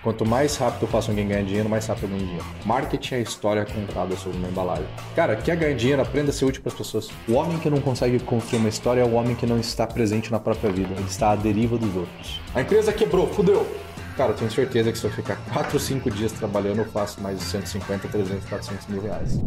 Quanto mais rápido eu faço alguém ganhar dinheiro, mais rápido eu ganho dinheiro. Marketing é a história contada sobre uma embalagem. Cara, quer ganhar dinheiro, aprenda a ser útil para as pessoas. O homem que não consegue construir uma história é o homem que não está presente na própria vida. Ele está à deriva dos outros. A empresa quebrou, fudeu. Cara, eu tenho certeza que se eu ficar 4 ou 5 dias trabalhando, eu faço mais de 150, 300, 400 mil reais.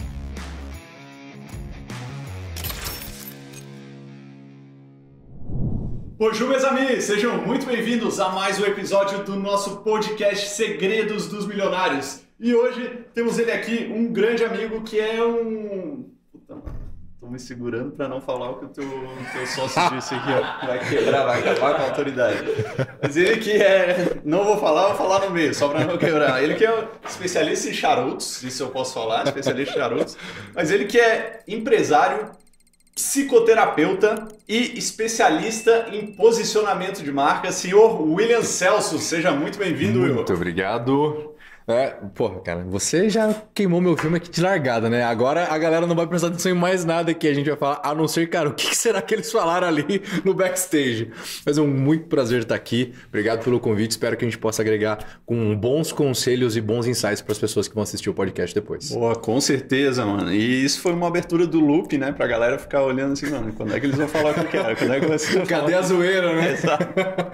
Bonjour, meus amigos! Sejam muito bem-vindos a mais um episódio do nosso podcast Segredos dos Milionários. E hoje temos ele aqui, um grande amigo que é um... Puta, mano, tô me segurando pra não falar o que o teu sócio disse aqui, ó. Vai quebrar, vai acabar com a autoridade. Mas ele que é... Não vou falar no meio, só pra não quebrar. Ele que é especialista em charutos, isso eu posso falar, especialista em charutos. Mas ele que é empresário, psicoterapeuta e especialista em posicionamento de marca, senhor William Celso. Seja muito bem-vindo, Will. Muito obrigado. Porra, cara, você já queimou meu filme aqui de largada, né? Agora a galera não vai prestar atenção em mais nada que a gente vai falar, a não ser, cara, o que será que eles falaram ali no backstage? Mas é um muito prazer estar aqui. Obrigado pelo convite. Espero que a gente possa agregar com bons conselhos e bons insights para as pessoas que vão assistir o podcast depois. Boa, com certeza, mano. E isso foi uma abertura do loop, né? Pra galera ficar olhando assim, mano, quando é que eles vão falar o que era? Quando é que vai ser? Cadê a zoeira, né? Exato.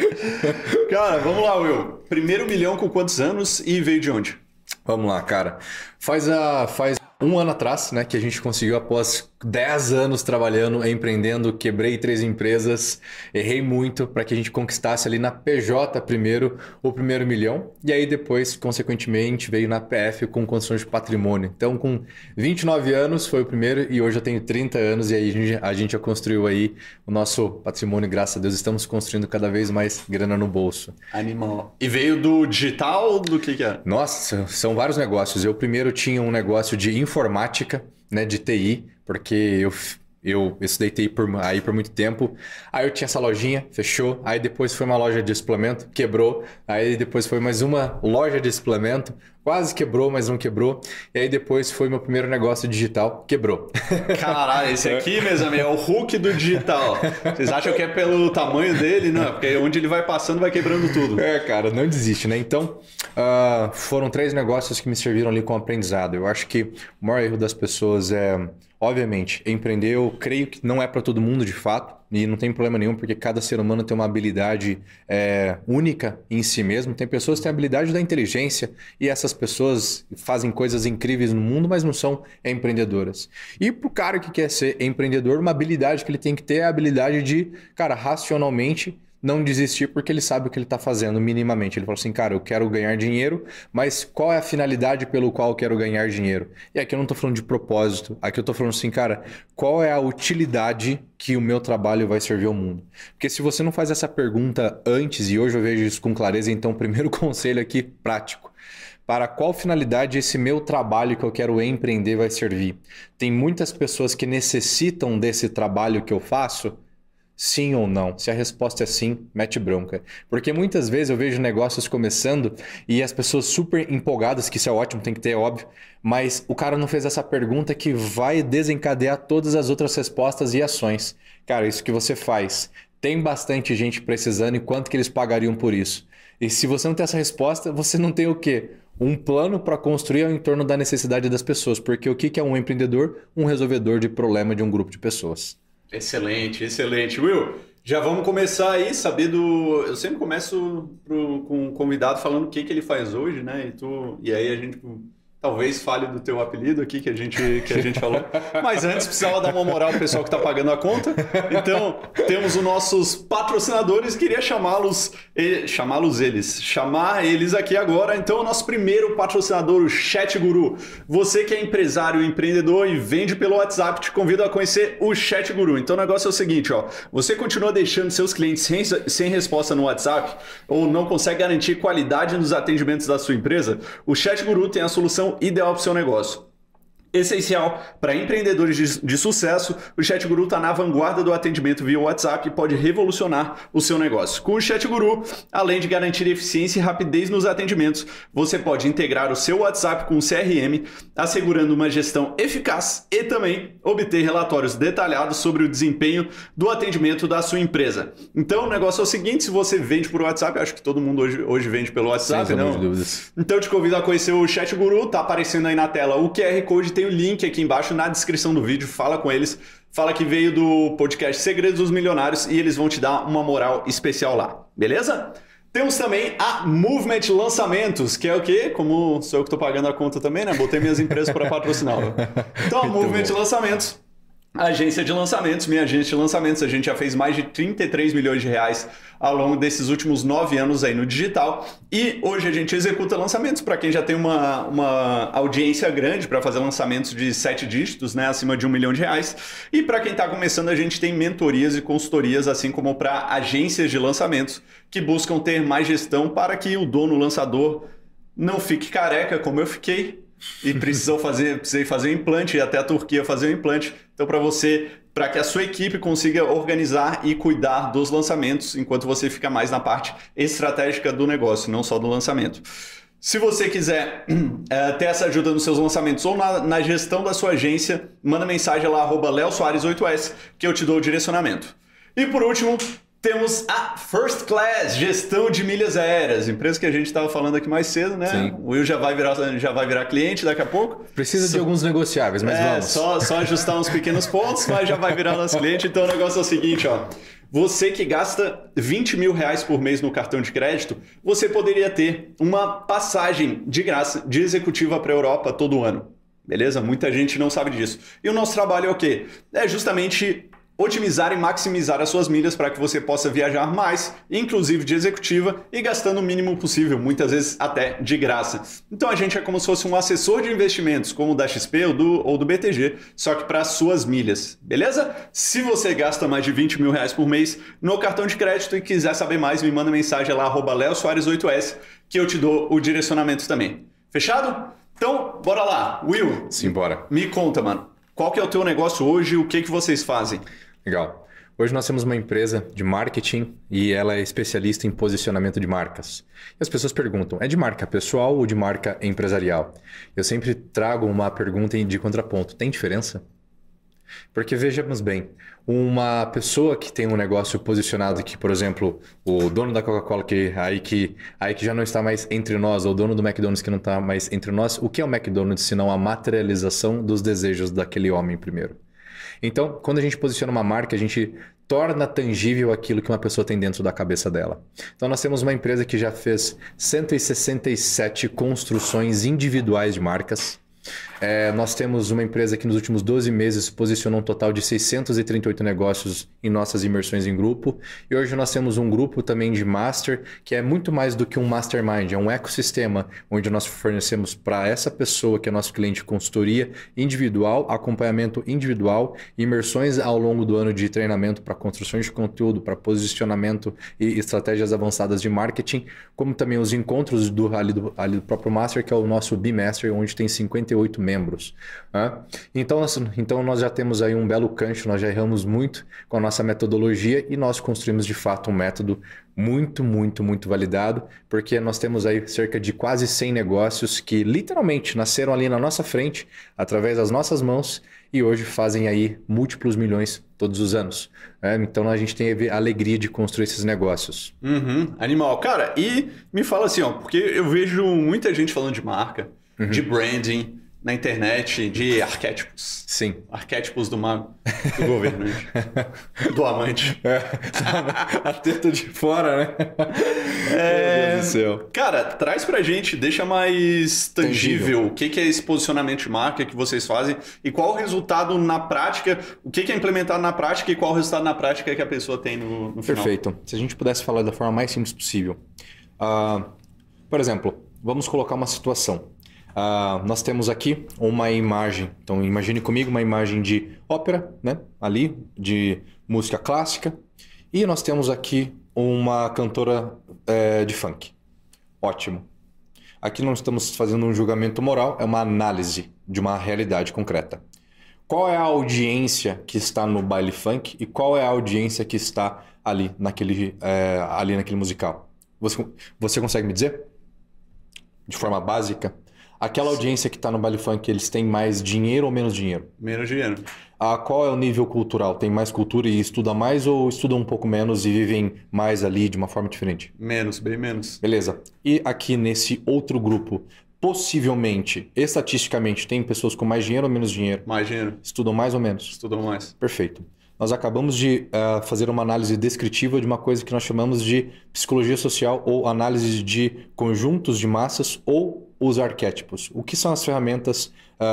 Cara, vamos lá, Will. Primeiro milhão com quantos anos e veio de onde? Vamos lá, cara. Faz um ano atrás, né, que a gente conseguiu, após 10 anos trabalhando, empreendendo, quebrei 3 empresas, errei muito para que a gente conquistasse ali na PJ primeiro o primeiro milhão, e aí depois, consequentemente, veio na PF com construção de patrimônio. Então, com 29 anos foi o primeiro e hoje eu tenho 30 anos e aí a gente já construiu aí o nosso patrimônio, graças a Deus, estamos construindo cada vez mais grana no bolso. Animal. E veio do digital, do que é? Nossa, são vários negócios. Eu primeiro tinha um negócio de informática, né, de TI, porque eu estudei TI por muito tempo. Aí eu tinha essa lojinha, fechou. Aí depois foi uma loja de suplemento, quebrou. Aí depois foi mais uma loja de suplemento, quase quebrou, mas não quebrou. E aí depois foi meu primeiro negócio digital, quebrou. Caralho, esse aqui, meus amigos, é o Hulk do digital. Vocês acham que é pelo tamanho dele? Não, porque onde ele vai passando vai quebrando tudo. Cara, não desiste, né? Então, foram 3 negócios que me serviram ali como aprendizado. Eu acho que o maior erro das pessoas é... Obviamente, empreender eu creio que não é para todo mundo de fato, e não tem problema nenhum, porque cada ser humano tem uma habilidade única em si mesmo. Tem pessoas que têm a habilidade da inteligência e essas pessoas fazem coisas incríveis no mundo, mas não são empreendedoras. E pro cara que quer ser empreendedor, uma habilidade que ele tem que ter é a habilidade de, cara, racionalmente não desistir porque ele sabe o que ele está fazendo minimamente. Ele fala assim, cara, eu quero ganhar dinheiro, mas qual é a finalidade pelo qual eu quero ganhar dinheiro? E aqui eu não estou falando de propósito, aqui eu estou falando assim, cara, qual é a utilidade que o meu trabalho vai servir ao mundo? Porque se você não faz essa pergunta antes, e hoje eu vejo isso com clareza, então o primeiro conselho aqui, prático. Para qual finalidade esse meu trabalho que eu quero empreender vai servir? Tem muitas pessoas que necessitam desse trabalho que eu faço? Sim ou não? Se a resposta é sim, mete bronca. Porque muitas vezes eu vejo negócios começando e as pessoas super empolgadas, que isso é ótimo, tem que ter, é óbvio, mas o cara não fez essa pergunta que vai desencadear todas as outras respostas e ações. Cara, isso que você faz, tem bastante gente precisando e quanto que eles pagariam por isso? E se você não tem essa resposta, você não tem o quê? Um plano para construir ao entorno da necessidade das pessoas. Porque o que é um empreendedor? Um resolvedor de problema de um grupo de pessoas. Excelente, excelente. Will, já vamos começar aí, saber do... Eu sempre começo com um convidado falando o que ele faz hoje, né? E aí a gente talvez fale do teu apelido aqui que a gente falou. Mas antes precisava dar uma moral pro pessoal que tá pagando a conta. Então, temos os nossos patrocinadores, queria chamar eles aqui agora. Então, o nosso primeiro patrocinador, o Chat Guru. Você que é empresário, empreendedor e vende pelo WhatsApp, te convido a conhecer o Chat Guru. Então, o negócio é o seguinte, ó. Você continua deixando seus clientes sem resposta no WhatsApp ou não consegue garantir qualidade nos atendimentos da sua empresa? O Chat Guru tem a solução ideal para o seu negócio. essencial para empreendedores de sucesso, o Chat Guru está na vanguarda do atendimento via WhatsApp e pode revolucionar o seu negócio. Com o Chat Guru, além de garantir eficiência e rapidez nos atendimentos, você pode integrar o seu WhatsApp com o CRM, assegurando uma gestão eficaz e também obter relatórios detalhados sobre o desempenho do atendimento da sua empresa. Então, o negócio é o seguinte, se você vende por WhatsApp, acho que todo mundo hoje vende pelo WhatsApp, não? Então, eu te convido a conhecer o Chat Guru, tá aparecendo aí na tela o QR Code, tem o link aqui embaixo na descrição do vídeo, fala com eles, fala que veio do podcast Segredos dos Milionários e eles vão te dar uma moral especial lá, beleza? Temos também a Movement Lançamentos, que é o quê? Como sou eu que estou pagando a conta também, né? Botei minhas empresas para patrocinar. Então, a Movement Lançamentos, agência de lançamentos, minha agência de lançamentos, a gente já fez mais de 33 milhões de reais ao longo desses últimos 9 anos aí no digital e hoje a gente executa lançamentos para quem já tem uma audiência grande para fazer lançamentos de 7 dígitos, né, acima de 1 milhão de reais, e para quem está começando a gente tem mentorias e consultorias, assim como para agências de lançamentos que buscam ter mais gestão para que o dono, o lançador, não fique careca como eu fiquei e precisei fazer um implante, e até a Turquia fazer um implante. Então, para que a sua equipe consiga organizar e cuidar dos lançamentos, enquanto você fica mais na parte estratégica do negócio, não só do lançamento. Se você quiser ter essa ajuda nos seus lançamentos ou na gestão da sua agência, manda mensagem lá, @leosoares8s, que eu te dou o direcionamento. E por último, temos a First Class, gestão de milhas aéreas, empresa que a gente estava falando aqui mais cedo, né? Sim. O Will já vai virar cliente daqui a pouco. Precisa de alguns negociáveis, mas vamos. Só ajustar uns pequenos pontos, mas já vai virar nosso cliente. Então o negócio é o seguinte, ó. Você que gasta 20 mil reais por mês no cartão de crédito, você poderia ter uma passagem de graça de executiva para a Europa todo ano. Beleza? Muita gente não sabe disso. E o nosso trabalho é o quê? É justamente otimizar e maximizar as suas milhas para que você possa viajar mais, inclusive de executiva, e gastando o mínimo possível, muitas vezes até de graça. Então a gente é como se fosse um assessor de investimentos, como o da XP ou do BTG, só que para as suas milhas, beleza? Se você gasta mais de 20 mil reais por mês no cartão de crédito e quiser saber mais, me manda mensagem lá, @leosoares8s, que eu te dou o direcionamento também. Fechado? Então, bora lá. Will, simbora. Me conta, mano. Qual que é o teu negócio hoje? O que vocês fazem? Legal. Hoje nós temos uma empresa de marketing e ela é especialista em posicionamento de marcas. E as pessoas perguntam, é de marca pessoal ou de marca empresarial? Eu sempre trago uma pergunta de contraponto. Tem diferença? Porque vejamos bem, uma pessoa que tem um negócio posicionado aqui, por exemplo, o dono da Coca-Cola que já não está mais entre nós, ou o dono do McDonald's que não está mais entre nós, o que é o McDonald's senão a materialização dos desejos daquele homem primeiro? Então, quando a gente posiciona uma marca, a gente torna tangível aquilo que uma pessoa tem dentro da cabeça dela. Então, nós temos uma empresa que já fez 167 construções individuais de marcas. Nós temos uma empresa que nos últimos 12 meses posicionou um total de 638 negócios em nossas imersões em grupo. E hoje nós temos um grupo também de master, que é muito mais do que um mastermind, é um ecossistema onde nós fornecemos para essa pessoa que é nosso cliente consultoria individual, acompanhamento individual, imersões ao longo do ano de treinamento para construções de conteúdo, para posicionamento e estratégias avançadas de marketing, como também os encontros do próprio master, que é o nosso B-Master, onde tem 58 membros. Então nós já temos aí um belo gancho, nós já erramos muito com a nossa metodologia e nós construímos de fato um método muito, muito, muito validado, porque nós temos aí cerca de quase 100 negócios que literalmente nasceram ali na nossa frente, através das nossas mãos, e hoje fazem aí múltiplos milhões todos os anos. Então a gente tem a alegria de construir esses negócios. Animal. Cara, e me fala assim, ó, porque eu vejo muita gente falando de marca, de branding, na internet, de arquétipos. Sim. Arquétipos do mago, do governante, do amante. A teta de fora, né? Meu Deus do céu. Cara, traz pra gente, deixa mais tangível. O que é esse posicionamento de marca que vocês fazem e qual o resultado na prática, o que é implementado na prática e qual o resultado na prática que a pessoa tem no final. Perfeito. Se a gente pudesse falar da forma mais simples possível. Por exemplo, vamos colocar uma situação. Nós temos aqui uma imagem, então imagine comigo uma imagem de ópera, né? Ali, de música clássica, e nós temos aqui uma cantora de funk. Ótimo. aqui não estamos fazendo um julgamento moral, é uma análise de uma realidade concreta. Qual é a audiência que está no baile funk e qual é a audiência que está ali naquele musical? Você consegue me dizer? De forma básica? Aquela audiência que está no baile funk, eles têm mais dinheiro ou menos dinheiro? Menos dinheiro. Qual é o nível cultural? Tem mais cultura e estuda mais ou estuda um pouco menos e vivem mais ali de uma forma diferente? Menos, bem menos. Beleza. E aqui nesse outro grupo, possivelmente, estatisticamente, tem pessoas com mais dinheiro ou menos dinheiro? Mais dinheiro. Estudam mais ou menos? Estudam mais. Perfeito. Nós acabamos de fazer uma análise descritiva de uma coisa que nós chamamos de psicologia social ou análise de conjuntos de massas ou os arquétipos. O que são as ferramentas,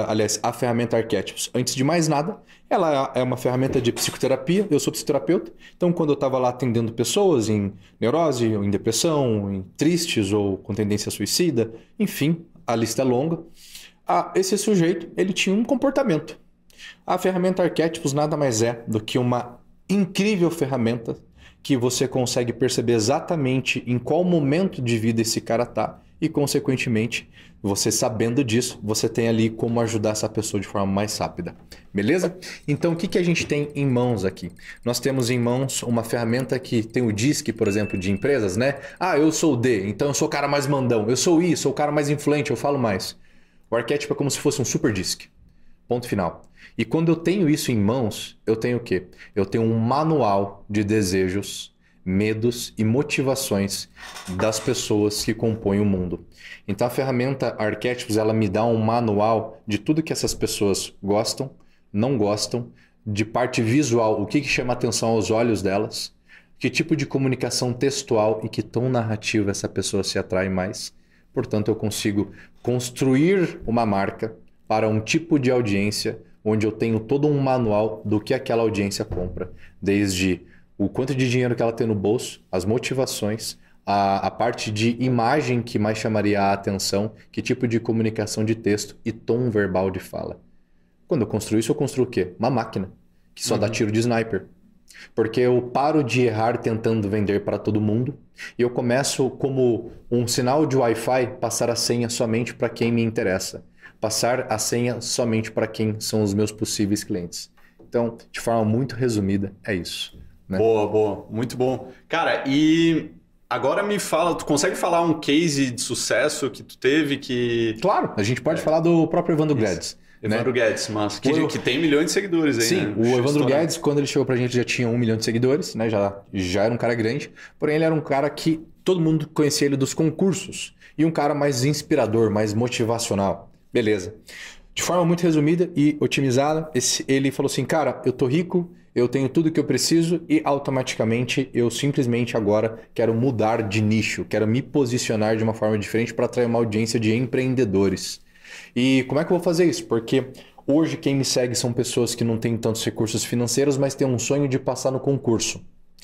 a ferramenta arquétipos? Antes de mais nada, ela é uma ferramenta de psicoterapia. Eu sou psicoterapeuta, então quando eu estava lá atendendo pessoas em neurose, ou em depressão, em tristes ou com tendência suicida, enfim, a lista é longa, esse sujeito ele tinha um comportamento. A ferramenta arquétipos nada mais é do que uma incrível ferramenta que você consegue perceber exatamente em qual momento de vida esse cara está e, consequentemente, você sabendo disso, você tem ali como ajudar essa pessoa de forma mais rápida. Beleza? Então, o que a gente tem em mãos aqui? Nós temos em mãos uma ferramenta que tem o DISC, por exemplo, de empresas, né? Eu sou o D, então eu sou o cara mais mandão. Eu sou o I, sou o cara mais influente, eu falo mais. O arquétipo é como se fosse um super DISC. Ponto final. E quando eu tenho isso em mãos, eu tenho o quê? Eu tenho um manual de desejos, medos e motivações das pessoas que compõem o mundo. Então a ferramenta Arquétipos, ela me dá um manual de tudo que essas pessoas gostam, não gostam, de parte visual, o que chama atenção aos olhos delas, que tipo de comunicação textual e que tom narrativo essa pessoa se atrai mais. Portanto, eu consigo construir uma marca para um tipo de audiência onde eu tenho todo um manual do que aquela audiência compra, desde o quanto de dinheiro que ela tem no bolso, as motivações, a parte de imagem que mais chamaria a atenção, que tipo de comunicação de texto e tom verbal de fala. Quando eu construo isso, eu construo o quê? Uma máquina que só dá tiro de sniper. Porque eu paro de errar tentando vender para todo mundo e eu começo, como um sinal de Wi-Fi, passar a senha somente para quem me interessa. Passar a senha somente para quem são os meus possíveis clientes. Então, de forma muito resumida, é isso. Né? Boa. Muito bom. Cara, e agora me fala, tu consegue falar um case de sucesso que tu teve que... Claro, a gente pode falar do próprio Evandro Guedes. Evandro Guedes, mas que tem milhões de seguidores aí, sim, né? O Evandro Guedes, quando ele chegou pra gente, já tinha 1 milhão de seguidores, né? Já era um cara grande, porém ele era um cara que todo mundo conhecia ele dos concursos e um cara mais inspirador, mais motivacional. Beleza. De forma muito resumida e otimizada, ele falou assim, cara, eu tô rico, eu tenho tudo que eu preciso e automaticamente eu simplesmente agora quero mudar de nicho, quero me posicionar de uma forma diferente para atrair uma audiência de empreendedores. E como é que eu vou fazer isso? Porque hoje quem me segue são pessoas que não têm tantos recursos financeiros, mas têm um sonho de passar no concurso.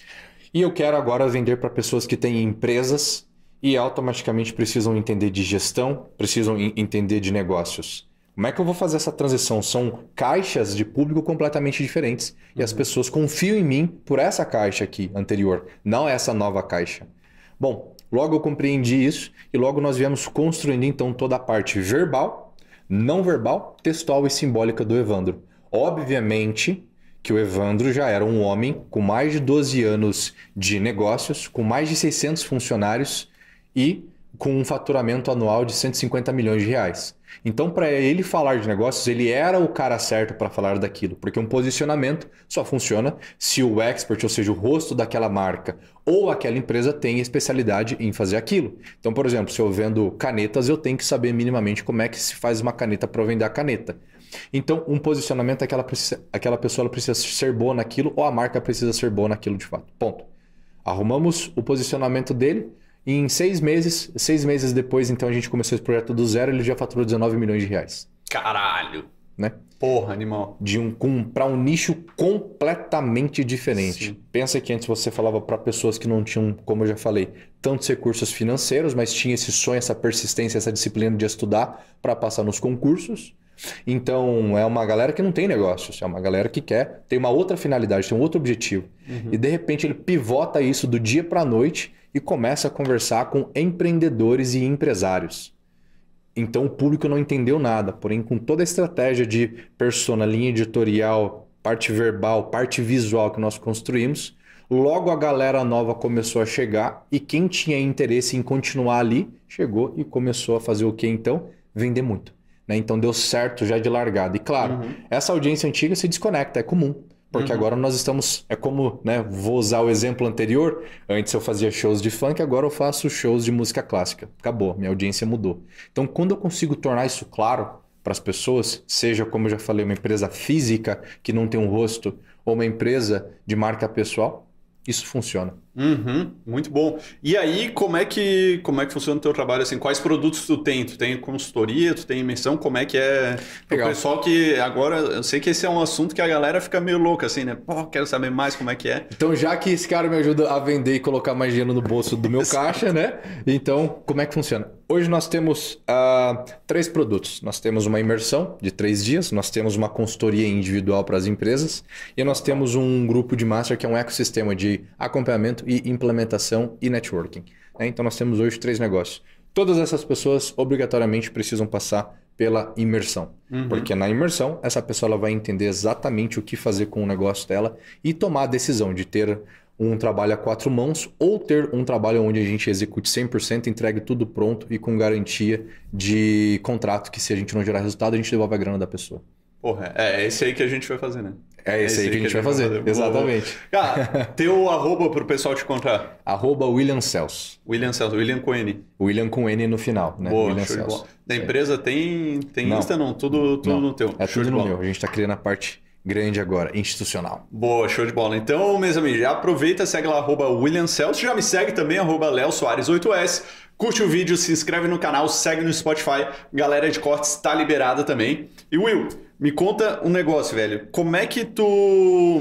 E eu quero agora vender para pessoas que têm empresas e automaticamente precisam entender de gestão, precisam entender de negócios. Como é que eu vou fazer essa transição? São caixas de público completamente diferentes e as pessoas confiam em mim por essa caixa aqui anterior, não essa nova caixa. Bom, logo eu compreendi isso e logo nós viemos construindo então toda a parte verbal, não verbal, textual e simbólica do Evandro. Obviamente que o Evandro já era um homem com mais de 12 anos de negócios, com mais de 600 funcionários e com um faturamento anual de 150 milhões de reais. Então, para ele falar de negócios, ele era o cara certo para falar daquilo, porque um posicionamento só funciona se o expert, ou seja, o rosto daquela marca ou aquela empresa tem especialidade em fazer aquilo. Então, por exemplo, se eu vendo canetas, eu tenho que saber minimamente como é que se faz uma caneta para vender a caneta. Então, um posicionamento, aquela pessoa ela precisa ser boa naquilo ou a marca precisa ser boa naquilo de fato. Ponto. Arrumamos o posicionamento dele. E em 6 meses depois, então a gente começou esse projeto do zero, ele já faturou 19 milhões de reais. Caralho! Né? Porra, animal. Para um nicho completamente diferente. Sim. Pensa que antes você falava para pessoas que não tinham, como eu já falei, tantos recursos financeiros, mas tinha esse sonho, essa persistência, essa disciplina de estudar para passar nos concursos. Então é uma galera que não tem negócios, é uma galera que tem uma outra finalidade, tem um outro objetivo. E de repente ele pivota isso do dia para a noite e começa a conversar com empreendedores e empresários. Então o público não entendeu nada. Porém, com toda a estratégia de persona, linha editorial, parte verbal, parte visual que nós construímos, logo a galera nova começou a chegar e quem tinha interesse em continuar ali, chegou e começou a fazer o quê então? Vender muito. Né? Então deu certo já de largada. E claro, essa audiência antiga se desconecta, é comum. Porque agora nós estamos... É como, né? Vou usar o exemplo anterior. Antes eu fazia shows de funk, agora eu faço shows de música clássica. Acabou, minha audiência mudou. Então, quando eu consigo tornar isso claro para as pessoas, seja, como eu já falei, uma empresa física que não tem um rosto, ou uma empresa de marca pessoal, isso funciona. Muito bom. E aí, como é que funciona o teu trabalho? Assim, quais produtos tu tem? Tu tem consultoria, tu tem imersão? Como é que é? O pessoal que agora... Eu sei que esse é um assunto que a galera fica meio louca, assim, né? Pô, quero saber mais como é que é. Então, já que esse cara me ajuda a vender e colocar mais dinheiro no bolso do meu caixa, né? Então, como é que funciona? Hoje nós temos 3 produtos. Nós temos uma imersão de 3 dias, nós temos uma consultoria individual para as empresas e nós temos um grupo de master que é um ecossistema de acompanhamento e implementação e networking. Né? Então nós temos hoje 3 negócios. Todas essas pessoas obrigatoriamente precisam passar pela imersão. Porque na imersão, essa pessoa ela vai entender exatamente o que fazer com o negócio dela e tomar a decisão de ter um trabalho a 4 mãos ou ter um trabalho onde a gente execute 100%, entregue tudo pronto e com garantia de contrato que se a gente não gerar resultado, a gente devolve a grana da pessoa. Porra, é esse aí que a gente vai fazer, né? É esse aí que a gente vai fazer. Exatamente. Cara, teu arroba pro pessoal te encontrar. William Celso. William Celso, William com N. William com N no final, né? Boa, William show Celso. de bola. Da empresa tem não. Insta não? Tudo não. No teu. É show tudo de no bola. meu. A gente tá criando a parte grande agora, institucional. Boa, show de bola. Então, meus amigos, já aproveita, segue lá, William Celso. Já me segue também, Léo Soares 8S. Curte o vídeo, se inscreve no canal, segue no Spotify. Galera de cortes tá liberada também. E Will, me conta um negócio, velho. Como é que tu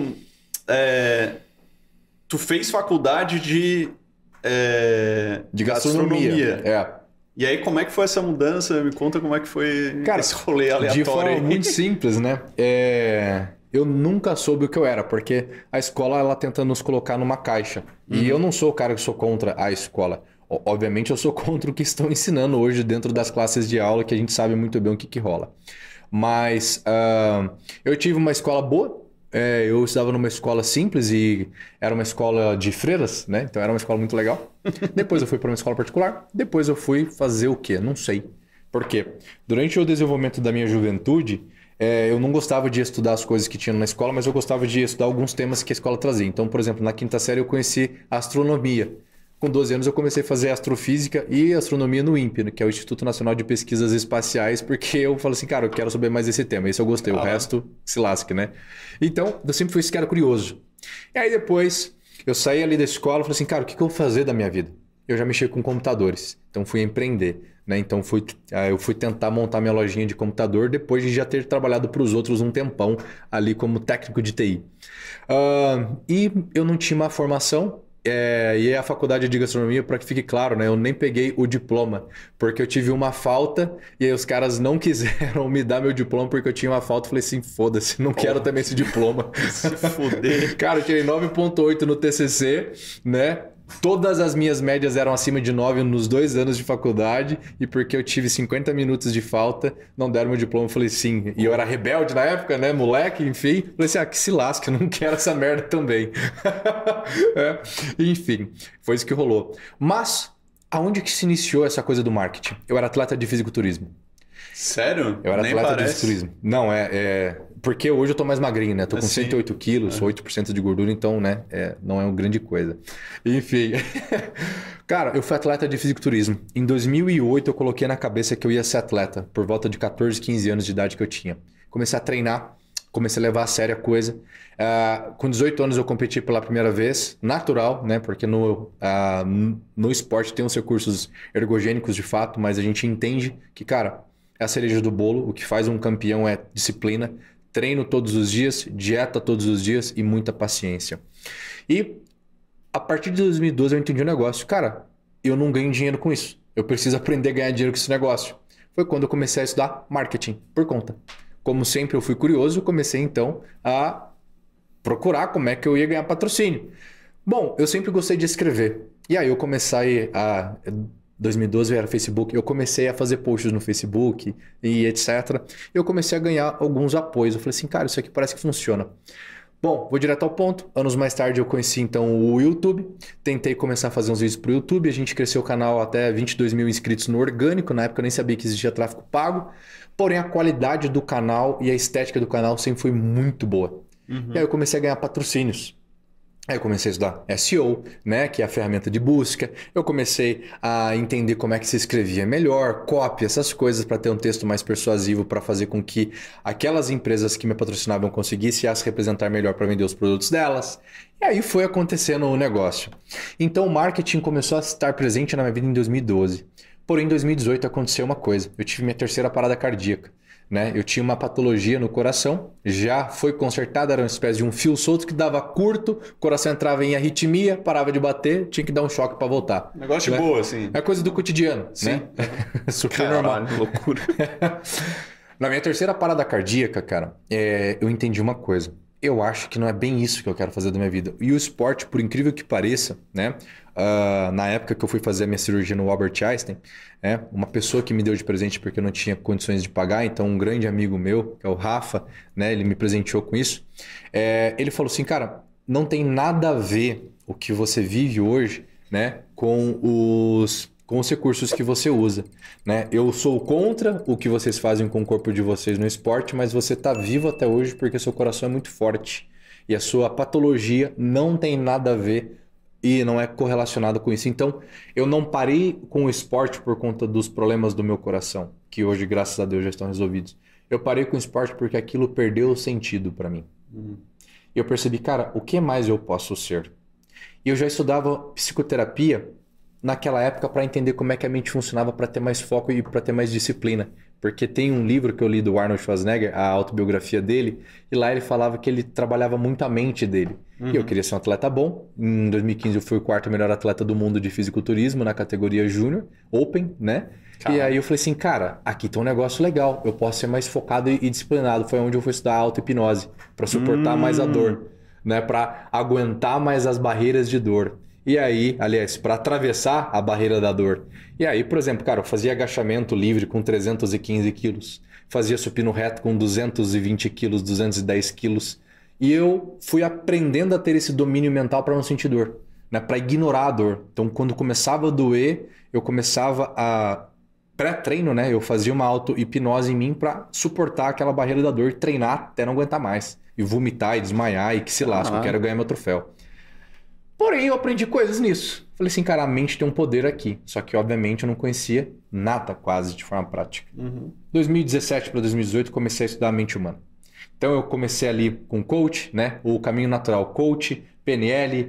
fez faculdade de gastronomia? E aí, como é que foi essa mudança? Me conta como é que foi esse rolê aleatório. De forma muito simples, né? Eu nunca soube o que eu era, porque a escola ela tenta nos colocar numa caixa. E eu não sou o cara que sou contra a escola. Obviamente eu sou contra o que estão ensinando hoje dentro das classes de aula, que a gente sabe muito bem o que rola. Mas eu tive uma escola boa. Eu estudava numa escola simples e era uma escola de freiras, né? Então era uma escola muito legal. Depois eu fui para uma escola particular. Depois eu fui fazer o quê? Não sei. Por quê? Durante o desenvolvimento da minha juventude, eu não gostava de estudar as coisas que tinham na escola, mas eu gostava de estudar alguns temas que a escola trazia. Então, por exemplo, na 5ª série eu conheci astronomia. Com 12 anos eu comecei a fazer astrofísica e astronomia no INPE, que é o Instituto Nacional de Pesquisas Espaciais, porque eu falei assim, cara, eu quero saber mais desse tema. Esse eu gostei, o resto se lasque, né? Então, eu sempre fui esse cara curioso. E aí depois, eu saí ali da escola e falei assim, cara, o que eu vou fazer da minha vida? Eu já mexi com computadores, então fui empreender, né? Então eu fui tentar montar minha lojinha de computador depois de já ter trabalhado para os outros um tempão ali como técnico de TI. E eu não tinha uma formação. E a faculdade de gastronomia, para que fique claro, né? Eu nem peguei o diploma, porque eu tive uma falta e aí os caras não quiseram me dar meu diploma porque eu tinha uma falta. Eu falei assim, foda-se, não quero também esse diploma. Se fuder. Cara, eu tirei 9,8 no TCC, né? Todas as minhas médias eram acima de 9 nos 2 anos de faculdade e porque eu tive 50 minutos de falta, não deram meu diploma. Eu falei sim, e eu era rebelde na época, né, moleque, enfim. Falei assim, que se lasque, eu não quero essa merda também. Enfim, foi isso que rolou. Mas, aonde que se iniciou essa coisa do marketing? Eu era atleta de fisiculturismo. Sério? Eu era atleta de fisiculturismo. Não, porque hoje eu tô mais magrinho, né? Tô com 108 quilos, 8% de gordura, então, né? Não é uma grande coisa. Enfim. Cara, eu fui atleta de fisiculturismo. Em 2008 eu coloquei na cabeça que eu ia ser atleta, por volta de 14, 15 anos de idade que eu tinha. Comecei a treinar, comecei a levar a sério a coisa. Com 18 anos eu competi pela primeira vez, natural, né? Porque no esporte tem os recursos ergogênicos de fato, mas a gente entende que, cara, é a cereja do bolo. O que faz um campeão é disciplina, treino todos os dias, dieta todos os dias e muita paciência. E a partir de 2012 eu entendi um negócio. Cara, eu não ganho dinheiro com isso. Eu preciso aprender a ganhar dinheiro com esse negócio. Foi quando eu comecei a estudar marketing, por conta. Como sempre eu fui curioso, eu comecei então a procurar como é que eu ia ganhar patrocínio. Bom, eu sempre gostei de escrever. E aí eu comecei a 2012 era Facebook, eu comecei a fazer posts no Facebook e etc. Eu comecei a ganhar alguns apoios. Eu falei assim, cara, isso aqui parece que funciona. Bom, vou direto ao ponto. Anos mais tarde eu conheci então o YouTube. Tentei começar a fazer uns vídeos pro YouTube. A gente cresceu o canal até 22 mil inscritos no orgânico. Na época eu nem sabia que existia tráfego pago. Porém, a qualidade do canal e a estética do canal sempre foi muito boa. E aí eu comecei a ganhar patrocínios. Aí eu comecei a estudar SEO, né, que é a ferramenta de busca. Eu comecei a entender como é que se escrevia melhor, copy, essas coisas para ter um texto mais persuasivo para fazer com que aquelas empresas que me patrocinavam conseguissem as representar melhor para vender os produtos delas. E aí foi acontecendo o negócio. Então o marketing começou a estar presente na minha vida em 2012. Porém, em 2018 aconteceu uma coisa. Eu tive minha terceira parada cardíaca. Né? Eu tinha uma patologia no coração, já foi consertada, era uma espécie de um fio solto que dava curto, o coração entrava em arritmia, parava de bater, tinha que dar um choque para voltar. Negócio de boa, assim. É coisa do cotidiano, sim. Né? Super Caralho, normal. Loucura. Na minha terceira parada cardíaca, cara, eu entendi uma coisa. Eu acho que não é bem isso que eu quero fazer da minha vida. E o esporte, por incrível que pareça, né? Na época que eu fui fazer a minha cirurgia no Albert Einstein, uma pessoa que me deu de presente porque eu não tinha condições de pagar, então um grande amigo meu, que é o Rafa, né? Ele me presenteou com isso. Ele falou assim, cara, não tem nada a ver o que você vive hoje, né? Com os recursos que você usa, né? Eu sou contra o que vocês fazem com o corpo de vocês no esporte, mas você está vivo até hoje porque seu coração é muito forte e a sua patologia não tem nada a ver e não é correlacionado com isso. Então, eu não parei com o esporte por conta dos problemas do meu coração, que hoje, graças a Deus, já estão resolvidos. Eu parei com o esporte porque aquilo perdeu o sentido para mim. E eu percebi, cara, o que mais eu posso ser? E eu já estudava psicoterapia naquela época para entender como é que a mente funcionava, para ter mais foco e para ter mais disciplina. Porque tem um livro que eu li do Arnold Schwarzenegger, a autobiografia dele, e lá ele falava que ele trabalhava muito a mente dele. E eu queria ser um atleta bom. Em 2015 eu fui o quarto melhor atleta do mundo de fisiculturismo na categoria Júnior, Open, né? Caramba. E aí eu falei assim, cara, aqui tem um negócio legal, eu posso ser mais focado e disciplinado. Foi onde eu fui estudar auto-hipnose, para suportar mais a dor, né? Para aguentar mais as barreiras de dor. E aí, aliás, para atravessar a barreira da dor. E aí, por exemplo, cara, eu fazia agachamento livre com 315 quilos. Fazia supino reto com 220 quilos, 210 quilos. E eu fui aprendendo a ter esse domínio mental para não sentir dor, né? Para ignorar a dor. Então, quando começava a doer, eu começava a... Pré-treino, né? Eu fazia uma auto-hipnose em mim para suportar aquela barreira da dor e treinar até não aguentar mais. E vomitar e desmaiar e que se lasca, eu quero ganhar meu troféu. Porém, eu aprendi coisas nisso. Falei assim, cara, a mente tem um poder aqui. Só que, obviamente, eu não conhecia nada quase de forma prática. 2017 para 2018, comecei a estudar a mente humana. Então, eu comecei ali com coach, né? O caminho natural, coach, PNL,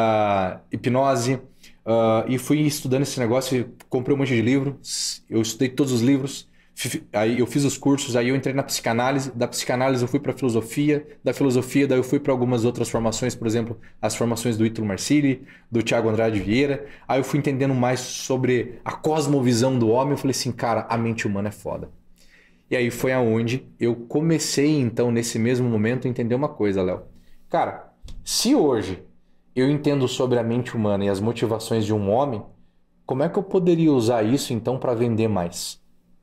hipnose. E fui estudando esse negócio, comprei um monte de livros. Eu estudei todos os livros. Aí eu fiz os cursos, aí eu entrei na psicanálise, da psicanálise eu fui para filosofia, da filosofia daí eu fui para algumas outras formações, por exemplo, as formações do Ítalo Marcilli, do Thiago Andrade Vieira. Aí eu fui entendendo mais sobre a cosmovisão do homem, eu falei assim, cara, a mente humana é foda. E aí foi aonde eu comecei, então, nesse mesmo momento, a entender uma coisa, Léo. Cara, se hoje eu entendo sobre a mente humana e as motivações de um homem, como é que eu poderia usar isso, então, para vender mais?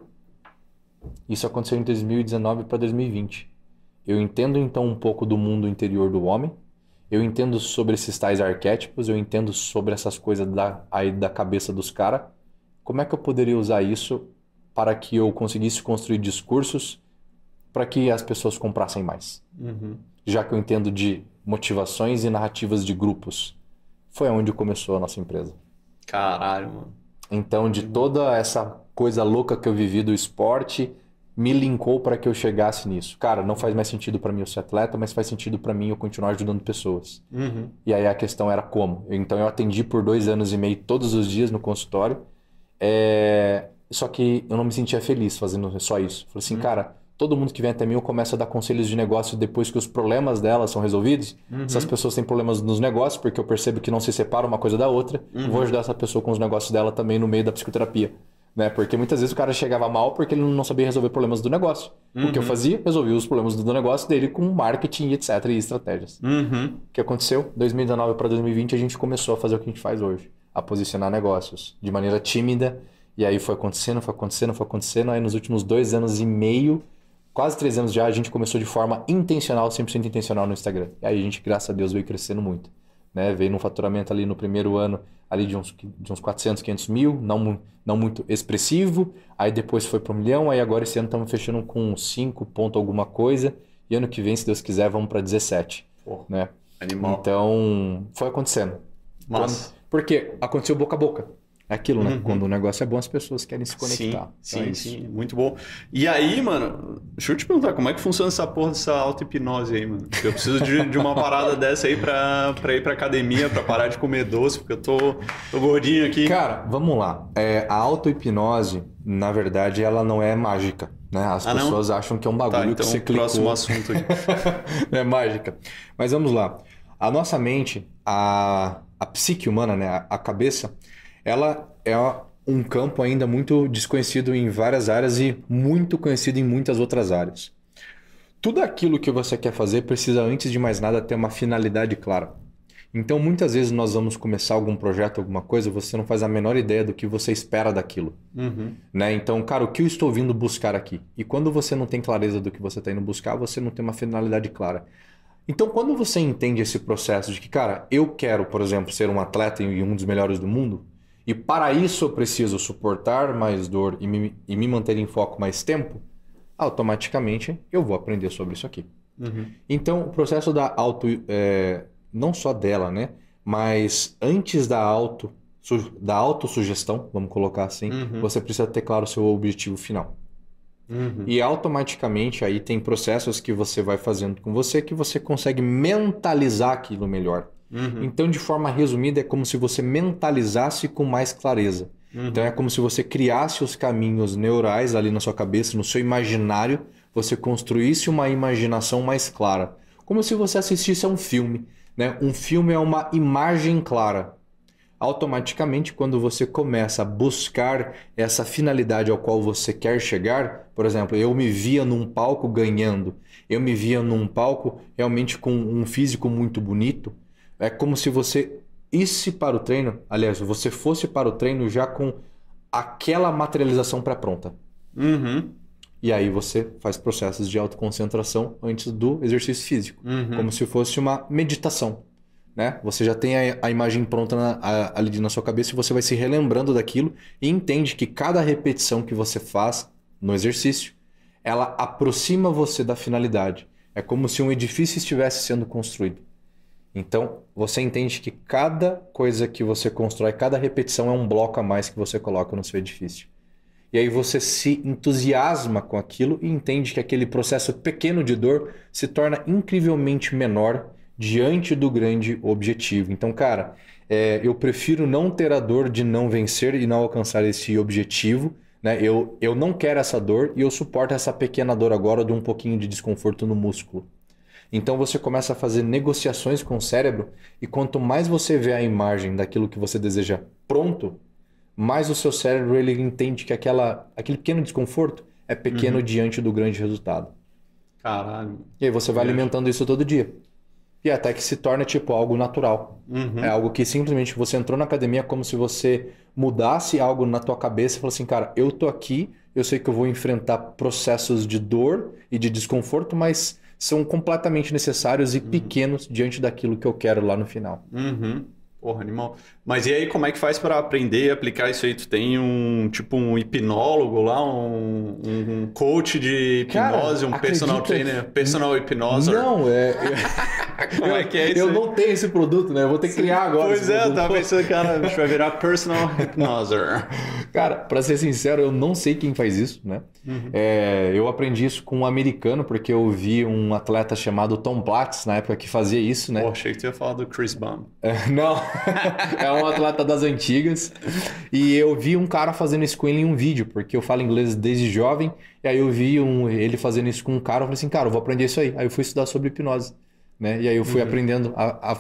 Isso aconteceu em 2019 para 2020. Eu entendo então um pouco do mundo interior do homem, eu entendo sobre esses tais arquétipos, eu entendo sobre essas coisas aí da cabeça dos caras. Como é que eu poderia usar isso para que eu conseguisse construir discursos para que as pessoas comprassem mais? Já que eu entendo de motivações e narrativas de grupos. Foi onde começou a nossa empresa. Caralho, mano. Então, de toda essa coisa louca que eu vivi do esporte, me linkou para que eu chegasse nisso. Cara, não faz mais sentido para mim eu ser atleta, mas faz sentido para mim eu continuar ajudando pessoas. E aí a questão era como. Então, eu atendi por 2 anos e meio todos os dias no consultório. Só que eu não me sentia feliz fazendo só isso. Falei assim, cara, todo mundo que vem até mim eu começo a dar conselhos de negócio depois que os problemas delas são resolvidos. Se as pessoas têm problemas nos negócios, porque eu percebo que não se separa uma coisa da outra, eu vou ajudar essa pessoa com os negócios dela também no meio da psicoterapia. Né? Porque muitas vezes o cara chegava mal porque ele não sabia resolver problemas do negócio. O que eu fazia? Resolvia os problemas do negócio dele com marketing, etc. e estratégias. O que aconteceu? 2019 para 2020 a gente começou a fazer o que a gente faz hoje. a posicionar negócios de maneira tímida. E aí foi acontecendo. Aí nos últimos 2 anos e meio, quase 3 anos já, a gente começou de forma intencional, 100% intencional no Instagram. E aí a gente, graças a Deus, veio crescendo muito. Né? Veio num faturamento ali no primeiro ano ali de uns 400, 500 mil, não muito expressivo. Aí depois foi para 1 milhão, aí agora esse ano estamos fechando com 5 ponto alguma coisa. E ano que vem, se Deus quiser, vamos para 17. Pô, né? Animal. Então, foi acontecendo. Porque aconteceu boca a boca. É aquilo, né? Quando o negócio é bom, as pessoas querem se conectar. Sim. Muito bom. E aí, mano, deixa eu te perguntar, como é que funciona essa porra dessa auto-hipnose aí, mano? Eu preciso de uma parada dessa aí pra ir pra academia, pra parar de comer doce, porque eu tô gordinho aqui. Cara, vamos lá. A auto-hipnose, na verdade, ela não é mágica, né? As pessoas acham que é um bagulho então que você clicou. Próximo assunto aqui. Não é mágica. Mas vamos lá. A nossa mente, a psique humana, né? A cabeça, ela é um campo ainda muito desconhecido em várias áreas e muito conhecido em muitas outras áreas. Tudo aquilo que você quer fazer precisa, antes de mais nada, ter uma finalidade clara. Então, muitas vezes nós vamos começar algum projeto, alguma coisa, você não faz a menor ideia do que você espera daquilo. Né? Então, cara, o que eu estou vindo buscar aqui? E quando você não tem clareza do que você está indo buscar, você não tem uma finalidade clara. Então, quando você entende esse processo de que, cara, eu quero, por exemplo, ser um atleta e um dos melhores do mundo, e para isso eu preciso suportar mais dor e me manter em foco mais tempo, automaticamente eu vou aprender sobre isso aqui. Então, o processo da não só dela, né? Mas antes da autossugestão, vamos colocar assim, você precisa ter claro o seu objetivo final. E automaticamente aí tem processos que você vai fazendo com você que você consegue mentalizar aquilo melhor. Então, de forma resumida, é como se você mentalizasse com mais clareza. Então, é como se você criasse os caminhos neurais ali na sua cabeça, no seu imaginário, você construísse uma imaginação mais clara. Como se você assistisse a um filme, né? Um filme é uma imagem clara. Automaticamente, quando você começa a buscar essa finalidade ao qual você quer chegar, por exemplo, eu me via num palco ganhando, eu me via num palco realmente com um físico muito bonito, é como se você isse para o treino, aliás, você fosse para o treino já com aquela materialização pré-pronta. E aí você faz processos de autoconcentração antes do exercício físico, como se fosse uma meditação. Né? Você já tem a imagem pronta ali na sua cabeça e você vai se relembrando daquilo e entende que cada repetição que você faz no exercício, ela aproxima você da finalidade. É como se um edifício estivesse sendo construído. Então, você entende que cada coisa que você constrói, cada repetição é um bloco a mais que você coloca no seu edifício. E aí você se entusiasma com aquilo e entende que aquele processo pequeno de dor se torna incrivelmente menor diante do grande objetivo. Então, cara, eu prefiro não ter a dor de não vencer e não alcançar esse objetivo. Né? Eu não quero essa dor e eu suporto essa pequena dor agora de um pouquinho de desconforto no músculo. Então você começa a fazer negociações com o cérebro e quanto mais você vê a imagem daquilo que você deseja pronto, mais o seu cérebro ele entende que aquele pequeno desconforto é pequeno diante do grande resultado. Caralho. E aí você vai alimentando isso todo dia. E até que se torna tipo algo natural. É algo que simplesmente você entrou na academia como se você mudasse algo na tua cabeça e falou assim, cara, eu tô aqui, eu sei que eu vou enfrentar processos de dor e de desconforto, mas são completamente necessários e pequenos diante daquilo que eu quero lá no final. Porra, animal. Mas e aí, como é que faz para aprender e aplicar isso aí? Tu tem um hipnólogo lá, um coach de hipnose, cara, personal trainer, personal hipnoser? Não, Como é que é isso? Eu não tenho esse produto, né? Eu vou ter que criar agora. Pois é, eu tava pensando, cara, a gente vai virar personal hypnoser. Cara, pra ser sincero, eu não sei quem faz isso, né? Eu aprendi isso com um americano, porque eu vi um atleta chamado Tom Platz, na época, que fazia isso, né? Pô, achei que tu ia falar do Chris Bump. Não, é um atleta das antigas. E eu vi um cara fazendo isso com ele em um vídeo, porque eu falo inglês desde jovem. E aí eu vi ele fazendo isso com um cara, eu falei assim, cara, eu vou aprender isso aí. Aí eu fui estudar sobre hipnose, né? E aí eu fui aprendendo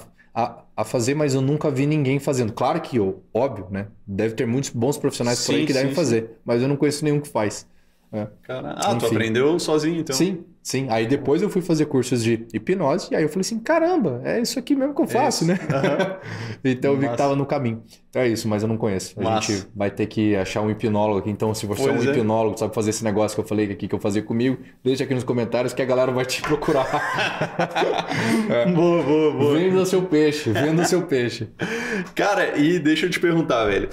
a fazer, mas eu nunca vi ninguém fazendo. Claro que óbvio, né? Deve ter muitos bons profissionais por aí que devem fazer, mas eu não conheço nenhum que faz. Tu aprendeu sozinho, então? Sim. Aí depois eu fui fazer cursos de hipnose e aí eu falei assim, caramba, é isso aqui mesmo que eu faço, né? Então eu vi que tava no caminho. Então é isso, mas eu não conheço. A gente vai ter que achar um hipnólogo aqui. Então se você é um hipnólogo, sabe fazer esse negócio que eu falei aqui, que eu fazia comigo, deixa aqui nos comentários que a galera vai te procurar. Boa. Venda seu peixe. Cara, e deixa eu te perguntar, velho.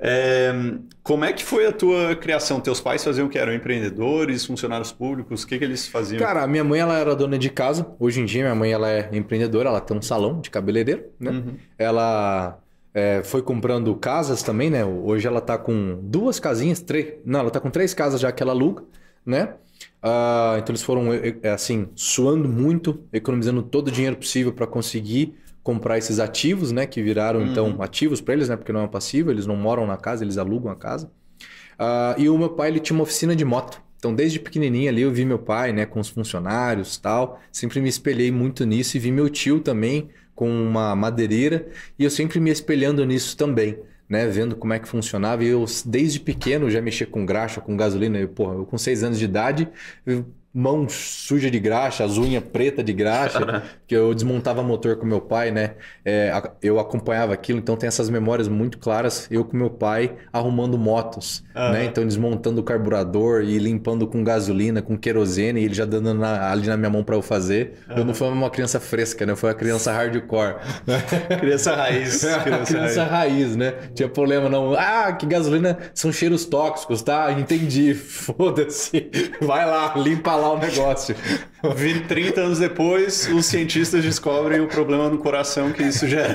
Como é que foi a tua criação? Teus pais faziam o que? Eram empreendedores, funcionários públicos? O que eles faziam? Cara, a minha mãe ela era dona de casa. Hoje em dia minha mãe ela é empreendedora, ela tem um salão de cabeleireiro, né? Ela foi comprando casas também, né? Hoje ela tá com 2 casinhas, 3... Não, ela tá com 3 casas já que ela aluga, né? Então eles foram assim, suando muito, economizando todo o dinheiro possível para conseguir comprar esses ativos, né? Que viraram, então, ativos para eles, né? Porque não é um passivo, eles não moram na casa, eles alugam a casa. E o meu pai, ele tinha uma oficina de moto. Então, desde pequenininho ali, eu vi meu pai, né? Com os funcionários e tal. Sempre me espelhei muito nisso e vi meu tio também com uma madeireira. E eu sempre me espelhando nisso também, né? Vendo como é que funcionava. E eu, desde pequeno, já mexia com graxa, com gasolina. Eu com 6 anos de idade... mão suja de graxa, as unhas pretas de graxa, que eu desmontava motor com meu pai, né? Eu acompanhava aquilo, então tem essas memórias muito claras, eu com meu pai arrumando motos, né? Então desmontando o carburador e limpando com gasolina, com querosene, e ele já dando ali na minha mão para eu fazer. Eu não fui uma criança fresca, né? Eu fui uma criança hardcore. Criança raiz. Criança raiz, né? Tinha problema não. Que gasolina são cheiros tóxicos, tá? Entendi. Foda-se. Vai lá, limpa lá o negócio. 30 anos depois, os cientistas descobrem o problema no coração que isso gera.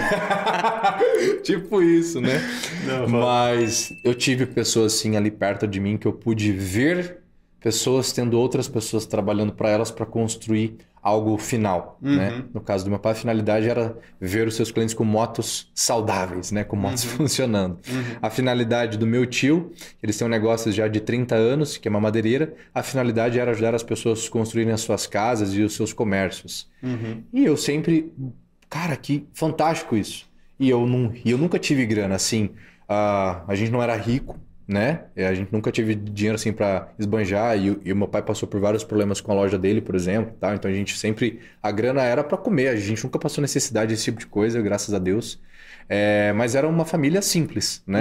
Tipo isso, né? Mas eu tive pessoas assim ali perto de mim que eu pude ver pessoas tendo outras pessoas trabalhando para elas para construir algo final, né? No caso do meu pai, a finalidade era ver os seus clientes com motos saudáveis, né? Com motos funcionando. A finalidade do meu tio, eles têm um negócio já de 30 anos, que é uma madeireira, a finalidade era ajudar as pessoas a construírem as suas casas e os seus comércios. E eu sempre... Cara, que fantástico isso. E eu nunca tive grana, assim. A gente não era rico, né? A gente nunca teve dinheiro assim para esbanjar e o meu pai passou por vários problemas com a loja dele, por exemplo, tá? Então a gente sempre... A grana era para comer, a gente nunca passou necessidade desse tipo de coisa, graças a Deus. Mas era uma família simples, né?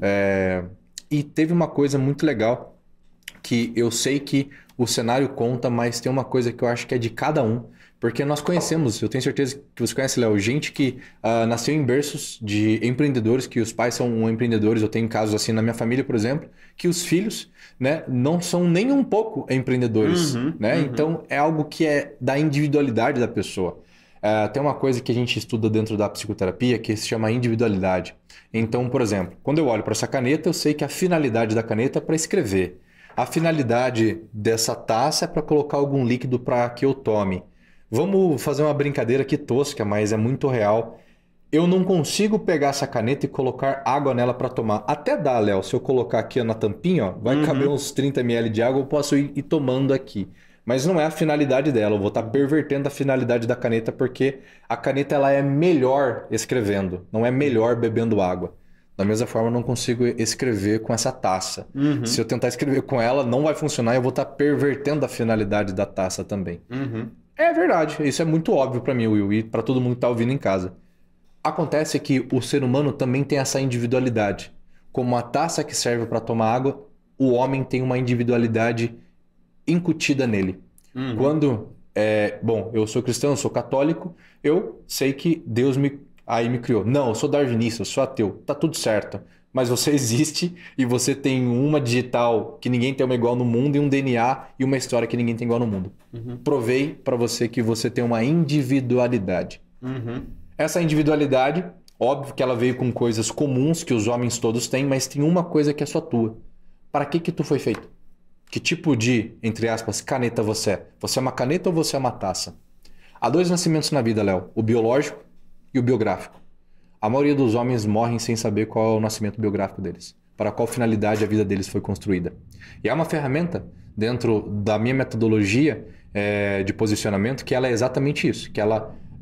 E teve uma coisa muito legal que eu sei que o cenário conta, mas tem uma coisa que eu acho que é de cada um. Porque nós conhecemos, eu tenho certeza que você conhece, Léo, gente que nasceu em berços de empreendedores, que os pais são empreendedores. Eu tenho casos assim na minha família, por exemplo, que os filhos, né, não são nem um pouco empreendedores. Né? Então é algo que é da individualidade da pessoa. Tem uma coisa que a gente estuda dentro da psicoterapia que se chama individualidade. Então, por exemplo, quando eu olho para essa caneta, eu sei que a finalidade da caneta é para escrever. A finalidade dessa taça é para colocar algum líquido para que eu tome. Vamos fazer uma brincadeira aqui tosca, mas é muito real. Eu não consigo pegar essa caneta e colocar água nela para tomar. Até dá, Léo. Se eu colocar aqui na tampinha, ó, vai caber uns 30 ml de água, eu posso ir tomando aqui. Mas não é a finalidade dela. Eu vou estar pervertendo a finalidade da caneta porque a caneta ela é melhor escrevendo, não é melhor bebendo água. Da mesma forma, eu não consigo escrever com essa taça. Se eu tentar escrever com ela, não vai funcionar e eu vou estar pervertendo a finalidade da taça também. É verdade, isso é muito óbvio para mim, Will, e para todo mundo que está ouvindo em casa. Acontece que o ser humano também tem essa individualidade. Como a taça que serve para tomar água, o homem tem uma individualidade incutida nele. Quando, bom, eu sou cristão, eu sou católico, eu sei que Deus me criou. Não, eu sou darwinista, eu sou ateu, tá tudo certo. Mas você existe e você tem uma digital que ninguém tem uma igual no mundo e um DNA e uma história que ninguém tem igual no mundo. Provei para você que você tem uma individualidade. Essa individualidade, óbvio que ela veio com coisas comuns que os homens todos têm, mas tem uma coisa que é só tua. Para que tu foi feito? Que tipo de, entre aspas, caneta você é? Você é uma caneta ou você é uma taça? Há 2 nascimentos na vida, Léo. O biológico e o biográfico. A maioria dos homens morrem sem saber qual é o nascimento biográfico deles, para qual finalidade a vida deles foi construída. E há uma ferramenta dentro da minha metodologia de posicionamento que ela é exatamente isso, que ela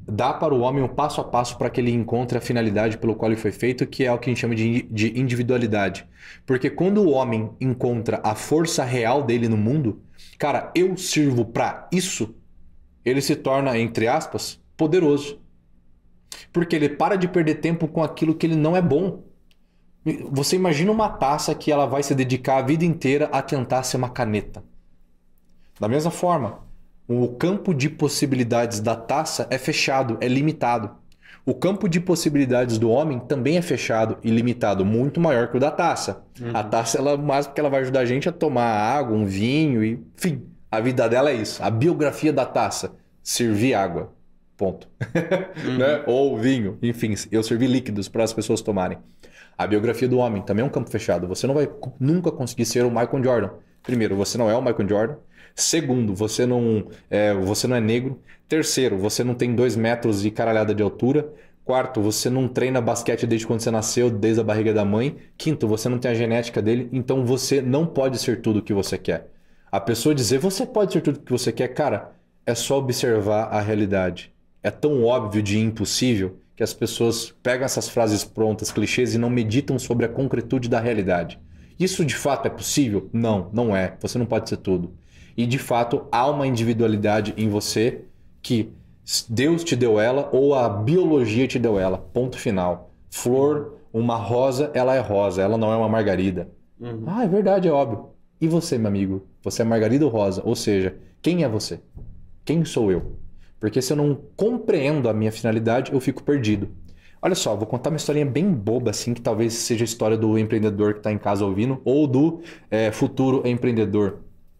dá para o homem um passo a passo para que ele encontre a finalidade pelo qual ele foi feito, que é o que a gente chama de individualidade. Porque quando o homem encontra a força real dele no mundo, cara, eu sirvo para isso, ele se torna, entre aspas, poderoso. Porque ele para de perder tempo com aquilo que ele não é bom. Você imagina uma taça que ela vai se dedicar a vida inteira a tentar ser uma caneta. Da mesma forma, o campo de possibilidades da taça é fechado, é limitado. O campo de possibilidades do homem também é fechado e limitado, muito maior que o da taça. A taça, ela, mais porque ela vai ajudar a gente a tomar água, um vinho, e, enfim, a vida dela é isso. A biografia da taça, servir água, ponto. Né? Ou vinho, enfim, eu servi líquidos para as pessoas tomarem. A biografia do homem também é um campo fechado. Você não vai nunca conseguir ser o Michael Jordan. Primeiro, você não é o Michael Jordan. Segundo, você não é negro. Terceiro, você não tem 2 metros e caralhada de altura. Quarto, você não treina basquete desde quando você nasceu, desde a barriga da mãe. Quinto, você não tem a genética dele, então você não pode ser tudo o que você quer. A pessoa dizer, você pode ser tudo o que você quer, cara, é só observar a realidade. É tão óbvio de impossível que as pessoas pegam essas frases prontas, clichês, e não meditam sobre a concretude da realidade. Isso de fato é possível? Não, não é. Você não pode ser tudo. E de fato há uma individualidade em você que Deus te deu ela ou a biologia te deu ela. Ponto final. Flor, uma rosa, ela não é uma margarida. Ah, é verdade, é óbvio. E você, meu amigo? Você é margarida ou rosa? Ou seja, quem é você? Quem sou eu? Porque se eu não compreendo a minha finalidade, eu fico perdido. Olha só, vou contar uma historinha bem boba, assim, que talvez seja a história do empreendedor que está em casa ouvindo, ou do futuro empreendedor.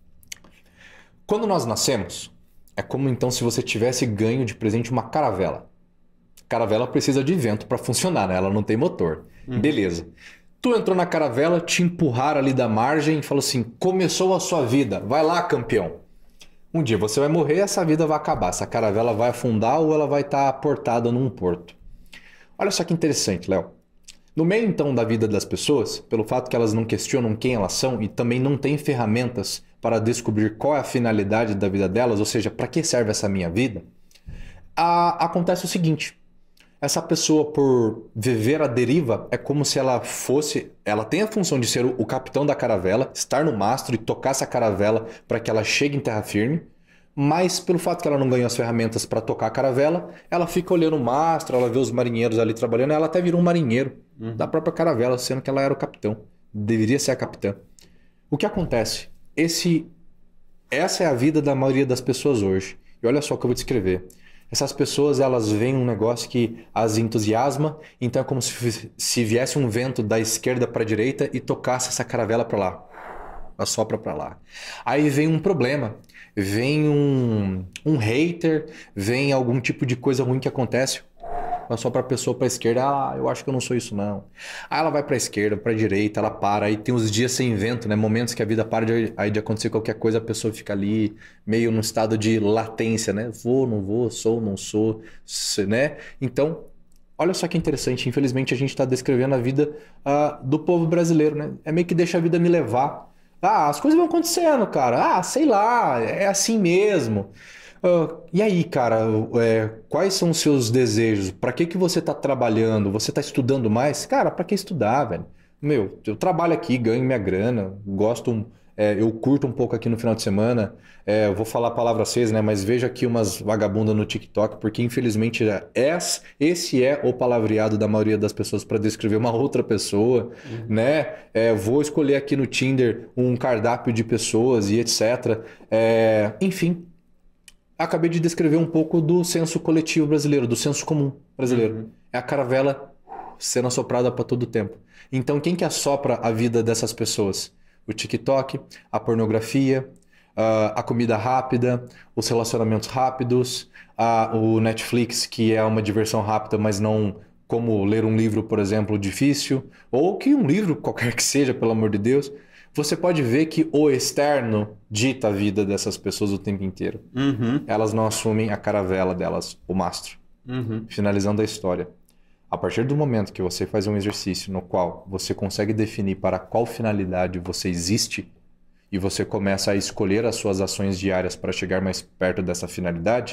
Quando nós nascemos, é como então se você tivesse ganho de presente uma caravela. Caravela precisa de vento para funcionar, né? Ela não tem motor. Beleza. Tu entrou na caravela, te empurraram ali da margem e falou assim, começou a sua vida, vai lá, campeão. Um dia você vai morrer e essa vida vai acabar. Essa caravela vai afundar ou ela vai estar aportada num porto. Olha só que interessante, Léo. No meio, então, da vida das pessoas, pelo fato que elas não questionam quem elas são e também não têm ferramentas para descobrir qual é a finalidade da vida delas, ou seja, para que serve essa minha vida, acontece o seguinte. Essa pessoa, por viver à deriva, é como se ela fosse... Ela tem a função de ser o capitão da caravela, estar no mastro e tocar essa caravela para que ela chegue em terra firme, mas pelo fato que ela não ganhou as ferramentas para tocar a caravela, ela fica olhando o mastro, ela vê os marinheiros ali trabalhando, ela até virou um marinheiro da própria caravela, sendo que ela era o capitão. Deveria ser a capitã. O que acontece? Essa é a vida da maioria das pessoas hoje. E olha só o que eu vou descrever. Essas pessoas, elas veem um negócio que as entusiasma, então é como se viesse um vento da esquerda para a direita e tocasse essa caravela para lá. Assopra para lá. Aí vem um problema, vem um hater, vem algum tipo de coisa ruim que acontece. Só para a pessoa para a esquerda, eu acho que eu não sou isso não. Aí ela vai para a esquerda, para a direita, ela para, aí tem os dias sem vento, né? Momentos que a vida para de acontecer qualquer coisa, a pessoa fica ali meio num estado de latência, né? Vou, não vou, sou, não sou, né? Então, olha só que interessante, infelizmente a gente está descrevendo a vida do povo brasileiro, né? É meio que deixa a vida me levar. As coisas vão acontecendo, cara. Sei lá, é assim mesmo. E aí, cara, quais são os seus desejos? Para que você está trabalhando? Você está estudando mais? Cara, para que estudar, velho? Meu, eu trabalho aqui, ganho minha grana, gosto, eu curto um pouco aqui no final de semana. Eu vou falar palavras feias, né? Mas vejo aqui umas vagabundas no TikTok, porque infelizmente esse é o palavreado da maioria das pessoas para descrever uma outra pessoa, né? Vou escolher aqui no Tinder um cardápio de pessoas e etc. Enfim. Acabei de descrever um pouco do senso coletivo brasileiro, do senso comum brasileiro. É a caravela sendo assoprada para todo tempo. Então, quem que assopra a vida dessas pessoas? O TikTok, a pornografia, a comida rápida, os relacionamentos rápidos, o Netflix, que é uma diversão rápida, mas não como ler um livro, por exemplo, difícil, ou que um livro, qualquer que seja, pelo amor de Deus. Você pode ver que o externo dita a vida dessas pessoas o tempo inteiro. Elas não assumem a caravela delas, o mastro. Finalizando a história. A partir do momento que você faz um exercício no qual você consegue definir para qual finalidade você existe e você começa a escolher as suas ações diárias para chegar mais perto dessa finalidade,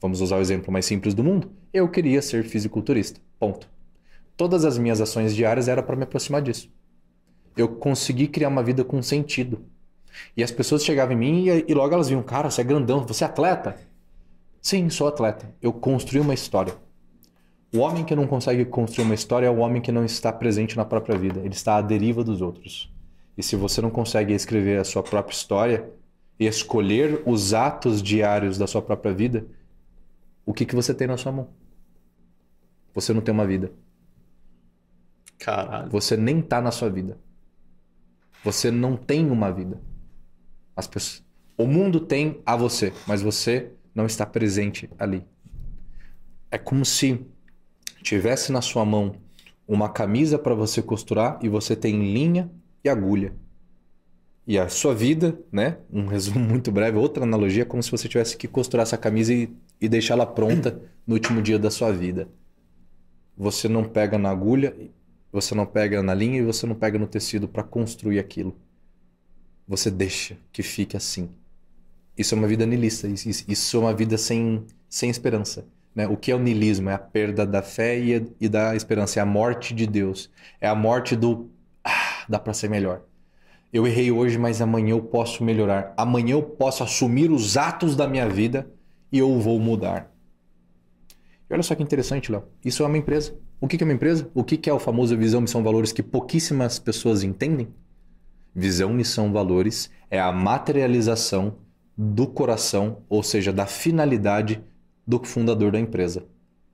Vamos usar o exemplo mais simples do mundo. Eu queria ser fisiculturista. Ponto. Todas as minhas ações diárias eram para me aproximar disso. Eu consegui criar uma vida com sentido. E as pessoas chegavam em mim e logo elas viam, cara, você é grandão, você é atleta? Sim, sou atleta. Eu construí uma história. O homem que não consegue construir uma história é o homem que não está presente na própria vida. Ele está à deriva dos outros. E se você não consegue escrever a sua própria história e escolher os atos diários da sua própria vida, o que você tem na sua mão? Você não tem uma vida. Caralho. Você nem está na sua vida. Você não tem uma vida. As pessoas... O mundo tem a você, mas você não está presente ali. É como se tivesse na sua mão uma camisa para você costurar e você tem linha e agulha. E a sua vida, né? Um resumo muito breve, outra analogia, é como se você tivesse que costurar essa camisa e deixá-la pronta no último dia da sua vida. Você não pega na agulha, você não pega na linha e você não pega no tecido para construir aquilo. Você deixa que fique assim. Isso é uma vida niilista, isso é uma vida sem esperança. Né? O que é o niilismo? É a perda da fé e da esperança, é a morte de Deus. É a morte do dá para ser melhor. Eu errei hoje, mas amanhã eu posso melhorar. Amanhã eu posso assumir os atos da minha vida e eu vou mudar. E olha só que interessante, Léo. Isso é uma empresa. O que é uma empresa? O que é o famoso visão, missão, valores que pouquíssimas pessoas entendem? Visão, missão, valores é a materialização do coração, ou seja, da finalidade do fundador da empresa.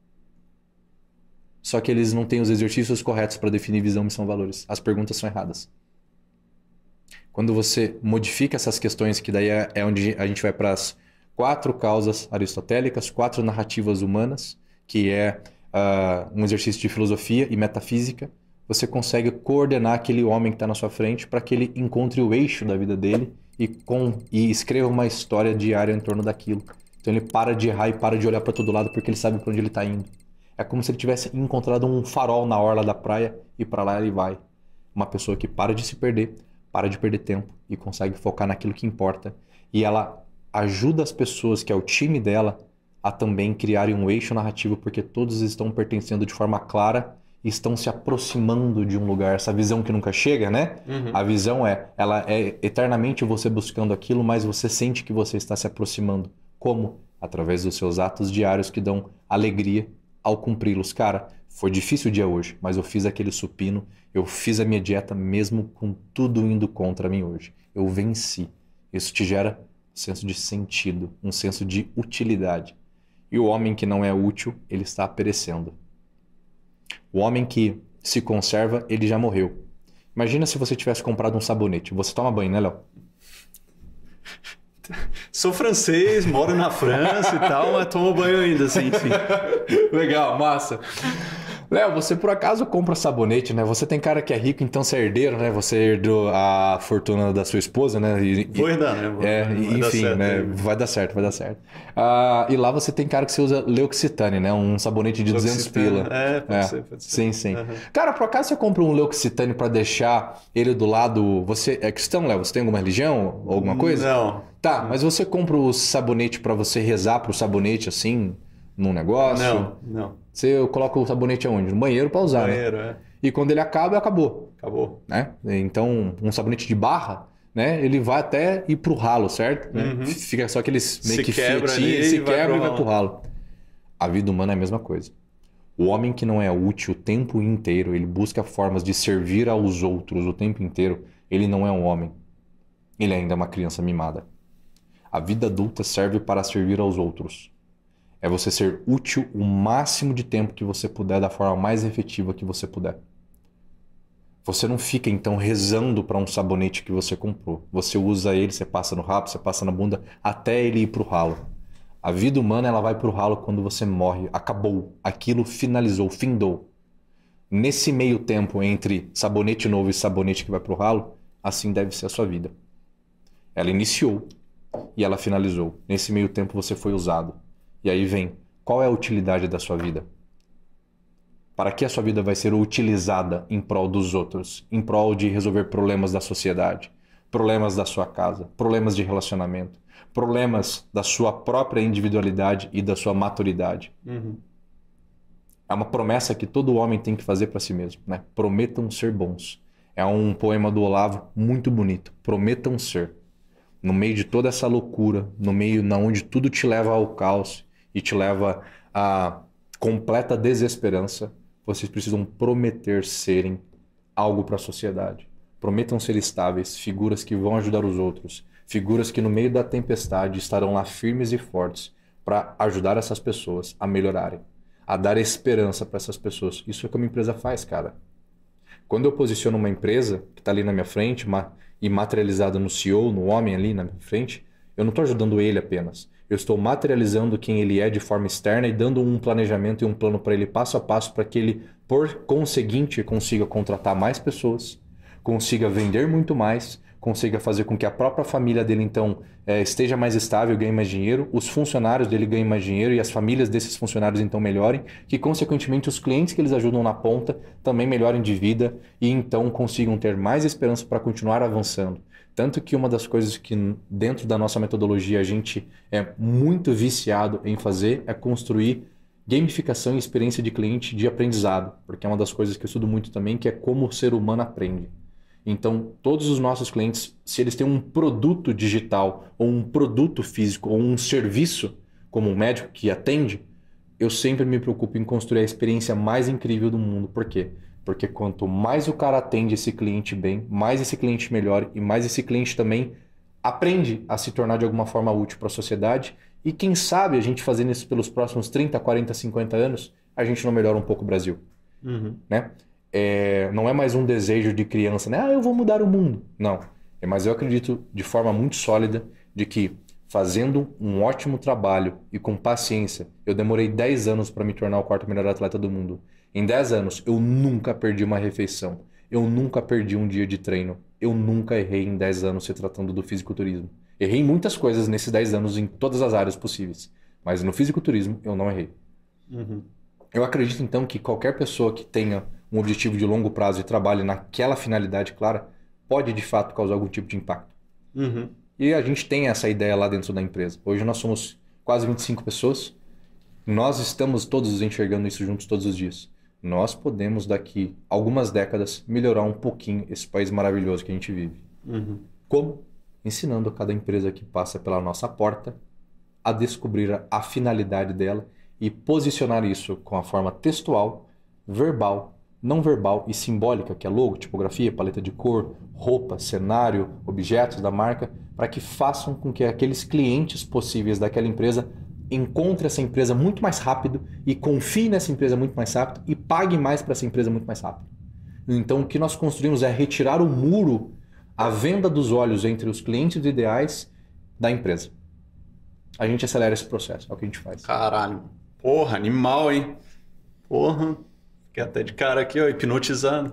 Só que eles não têm os exercícios corretos para definir visão, missão, valores. As perguntas são erradas. Quando você modifica essas questões, que daí é onde a gente vai para as 4 causas aristotélicas, 4 narrativas humanas, que é um exercício de filosofia e metafísica, você consegue coordenar aquele homem que está na sua frente para que ele encontre o eixo da vida dele e escreva uma história diária em torno daquilo. Então ele para de errar e para de olhar para todo lado porque ele sabe para onde ele está indo. É como se ele tivesse encontrado um farol na orla da praia e para lá ele vai. Uma pessoa que para de se perder, para de perder tempo e consegue focar naquilo que importa. E ela ajuda as pessoas, que é o time dela, a também criarem um eixo narrativo, porque todos estão pertencendo de forma clara e estão se aproximando de um lugar. Essa visão que nunca chega, né? Uhum. A visão ela é eternamente você buscando aquilo, mas você sente que você está se aproximando. Como? Através dos seus atos diários que dão alegria ao cumpri-los. Cara, foi difícil o dia hoje, mas eu fiz aquele supino, eu fiz a minha dieta mesmo com tudo indo contra mim hoje. Eu venci. Isso te gera um senso de sentido, um senso de utilidade. E o homem que não é útil, ele está perecendo. O homem que se conserva, ele já morreu. Imagina se você tivesse comprado um sabonete. Você toma banho, né, Léo? Sou francês, moro na França e tal, mas tomo banho ainda, assim. Legal, massa. Léo, você por acaso compra sabonete, né? Você tem cara que é rico, então você é herdeiro, né? Você herdou a fortuna da sua esposa, né? Vou herdar, né? Enfim, né? Vai dar certo, vai dar certo. E lá você tem cara que você usa L'Occitane, né? Um sabonete de 200 pila. Pode ser. Sim, sim. Uhum. Cara, por acaso você compra um L'Occitane pra deixar ele do lado... Você é cristão, Léo? Você tem alguma religião ou alguma coisa? Não. Tá, mas você compra o sabonete pra você rezar pro sabonete, assim, num negócio? Não. Você coloca o sabonete aonde? No banheiro pra usar, banheiro, né? E quando ele acaba, acabou. Acabou. Né? Então, um sabonete de barra, né? Ele vai até ir pro ralo, certo? Uhum. Fica só aqueles meio que fietinhos, se quebra e vai pro ralo. A vida humana é a mesma coisa. O homem que não é útil o tempo inteiro, ele busca formas de servir aos outros o tempo inteiro, ele não é um homem. Ele ainda é uma criança mimada. A vida adulta serve para servir aos outros. É você ser útil o máximo de tempo que você puder, da forma mais efetiva que você puder. Você não fica, então, rezando para um sabonete que você comprou. Você usa ele, você passa no rabo, você passa na bunda, até ele ir para o ralo. A vida humana, ela vai para o ralo quando você morre. Acabou. Aquilo finalizou, findou. Nesse meio tempo entre sabonete novo e sabonete que vai para o ralo, assim deve ser a sua vida. Ela iniciou e ela finalizou. Nesse meio tempo você foi usado. E aí vem, qual é a utilidade da sua vida? Para que a sua vida vai ser utilizada em prol dos outros? Em prol de resolver problemas da sociedade, problemas da sua casa, problemas de relacionamento, problemas da sua própria individualidade e da sua maturidade. É uma promessa que todo homem tem que fazer para si mesmo, né? Prometam ser bons. É um poema do Olavo muito bonito. Prometam ser. No meio de toda essa loucura, no meio onde tudo te leva ao caos e te leva à completa desesperança, vocês precisam prometer serem algo para a sociedade. Prometam ser estáveis, figuras que vão ajudar os outros, figuras que no meio da tempestade estarão lá firmes e fortes para ajudar essas pessoas a melhorarem, a dar esperança para essas pessoas. Isso é o que uma empresa faz, cara. Quando eu posiciono uma empresa que está ali na minha frente e materializada no CEO, no homem ali na minha frente, eu não estou ajudando ele apenas. Eu estou materializando quem ele é de forma externa e dando um planejamento e um plano para ele passo a passo para que ele, por conseguinte, consiga contratar mais pessoas, consiga vender muito mais, consiga fazer com que a própria família dele, então, esteja mais estável, ganhe mais dinheiro, os funcionários dele ganhem mais dinheiro e as famílias desses funcionários, então, melhorem, que, consequentemente, os clientes que eles ajudam na ponta também melhorem de vida e, então, consigam ter mais esperança para continuar avançando. Tanto que uma das coisas que, dentro da nossa metodologia, a gente é muito viciado em fazer é construir gamificação e experiência de cliente de aprendizado, porque é uma das coisas que eu estudo muito também, que é como o ser humano aprende. Então, todos os nossos clientes, se eles têm um produto digital, ou um produto físico, ou um serviço, como um médico que atende, eu sempre me preocupo em construir a experiência mais incrível do mundo. Por quê? Porque quanto mais o cara atende esse cliente bem, mais esse cliente melhora e mais esse cliente também aprende a se tornar de alguma forma útil para a sociedade. E quem sabe a gente fazendo isso pelos próximos 30, 40, 50 anos, a gente não melhora um pouco o Brasil. Né? Não é mais um desejo de criança, né? Eu vou mudar o mundo. Não. Mas eu acredito de forma muito sólida de que fazendo um ótimo trabalho e com paciência, eu demorei 10 anos para me tornar o quarto melhor atleta do mundo. Em 10 anos, eu nunca perdi uma refeição. Eu nunca perdi um dia de treino. Eu nunca errei em 10 anos se tratando do fisiculturismo. Errei em muitas coisas nesses 10 anos em todas as áreas possíveis. Mas no fisiculturismo, eu não errei. Eu acredito, então, que qualquer pessoa que tenha um objetivo de longo prazo e trabalhe naquela finalidade clara, pode, de fato, causar algum tipo de impacto. E a gente tem essa ideia lá dentro da empresa. Hoje nós somos quase 25 pessoas. Nós estamos todos enxergando isso juntos todos os dias. Nós podemos, daqui algumas décadas, melhorar um pouquinho esse país maravilhoso que a gente vive. Como? Ensinando a cada empresa que passa pela nossa porta a descobrir a finalidade dela e posicionar isso com a forma textual, verbal, não verbal e simbólica, que é logo, tipografia, paleta de cor, roupa, cenário, objetos da marca, para que façam com que aqueles clientes possíveis daquela empresa encontre essa empresa muito mais rápido e confie nessa empresa muito mais rápido e pague mais para essa empresa muito mais rápido. Então, o que nós construímos é retirar o muro, a venda dos olhos entre os clientes ideais da empresa. A gente acelera esse processo, é o que a gente faz. Caralho. Porra, animal, hein? Porra. Fiquei até de cara aqui, ó, hipnotizando.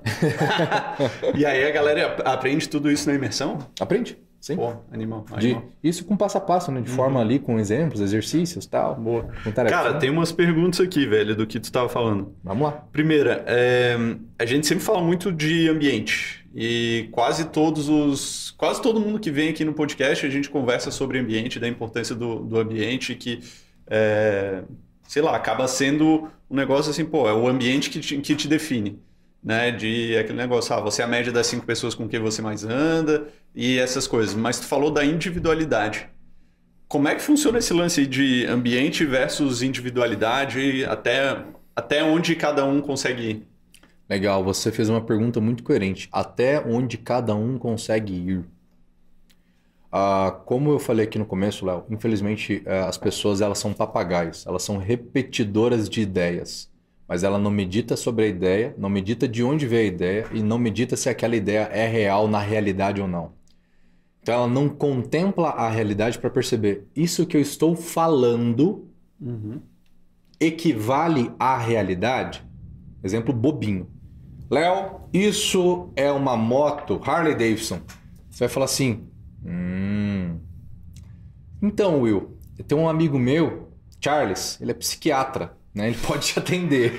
E aí a galera aprende tudo isso na imersão? Aprende. Sim. Pô, animal. Isso com passo a passo, né? De forma ali, com exemplos, exercícios e tal. Boa. Cara, tem umas perguntas aqui, velho, do que tu estava falando. Vamos lá. Primeira, a gente sempre fala muito de ambiente. E quase todo mundo que vem aqui no podcast, a gente conversa sobre ambiente, da importância do ambiente, que, sei lá, acaba sendo um negócio assim, pô, é o ambiente que te define. Né, de aquele negócio, você é a média das 5 pessoas com quem você mais anda e essas coisas. Mas tu falou da individualidade. Como é que funciona esse lance aí de ambiente versus individualidade, até onde cada um consegue ir? Legal, você fez uma pergunta muito coerente. Até onde cada um consegue ir? Como eu falei aqui no começo, Léo, infelizmente as pessoas elas são papagaios, elas são repetidoras de ideias. Mas ela não medita sobre a ideia, não medita de onde veio a ideia e não medita se aquela ideia é real na realidade ou não. Então ela não contempla a realidade para perceber isso que eu estou falando equivale à realidade? Exemplo bobinho. Léo, isso é uma moto Harley Davidson. Você vai falar assim, Então, Will, tem um amigo meu, Charles, ele é psiquiatra. Né? Ele pode te atender.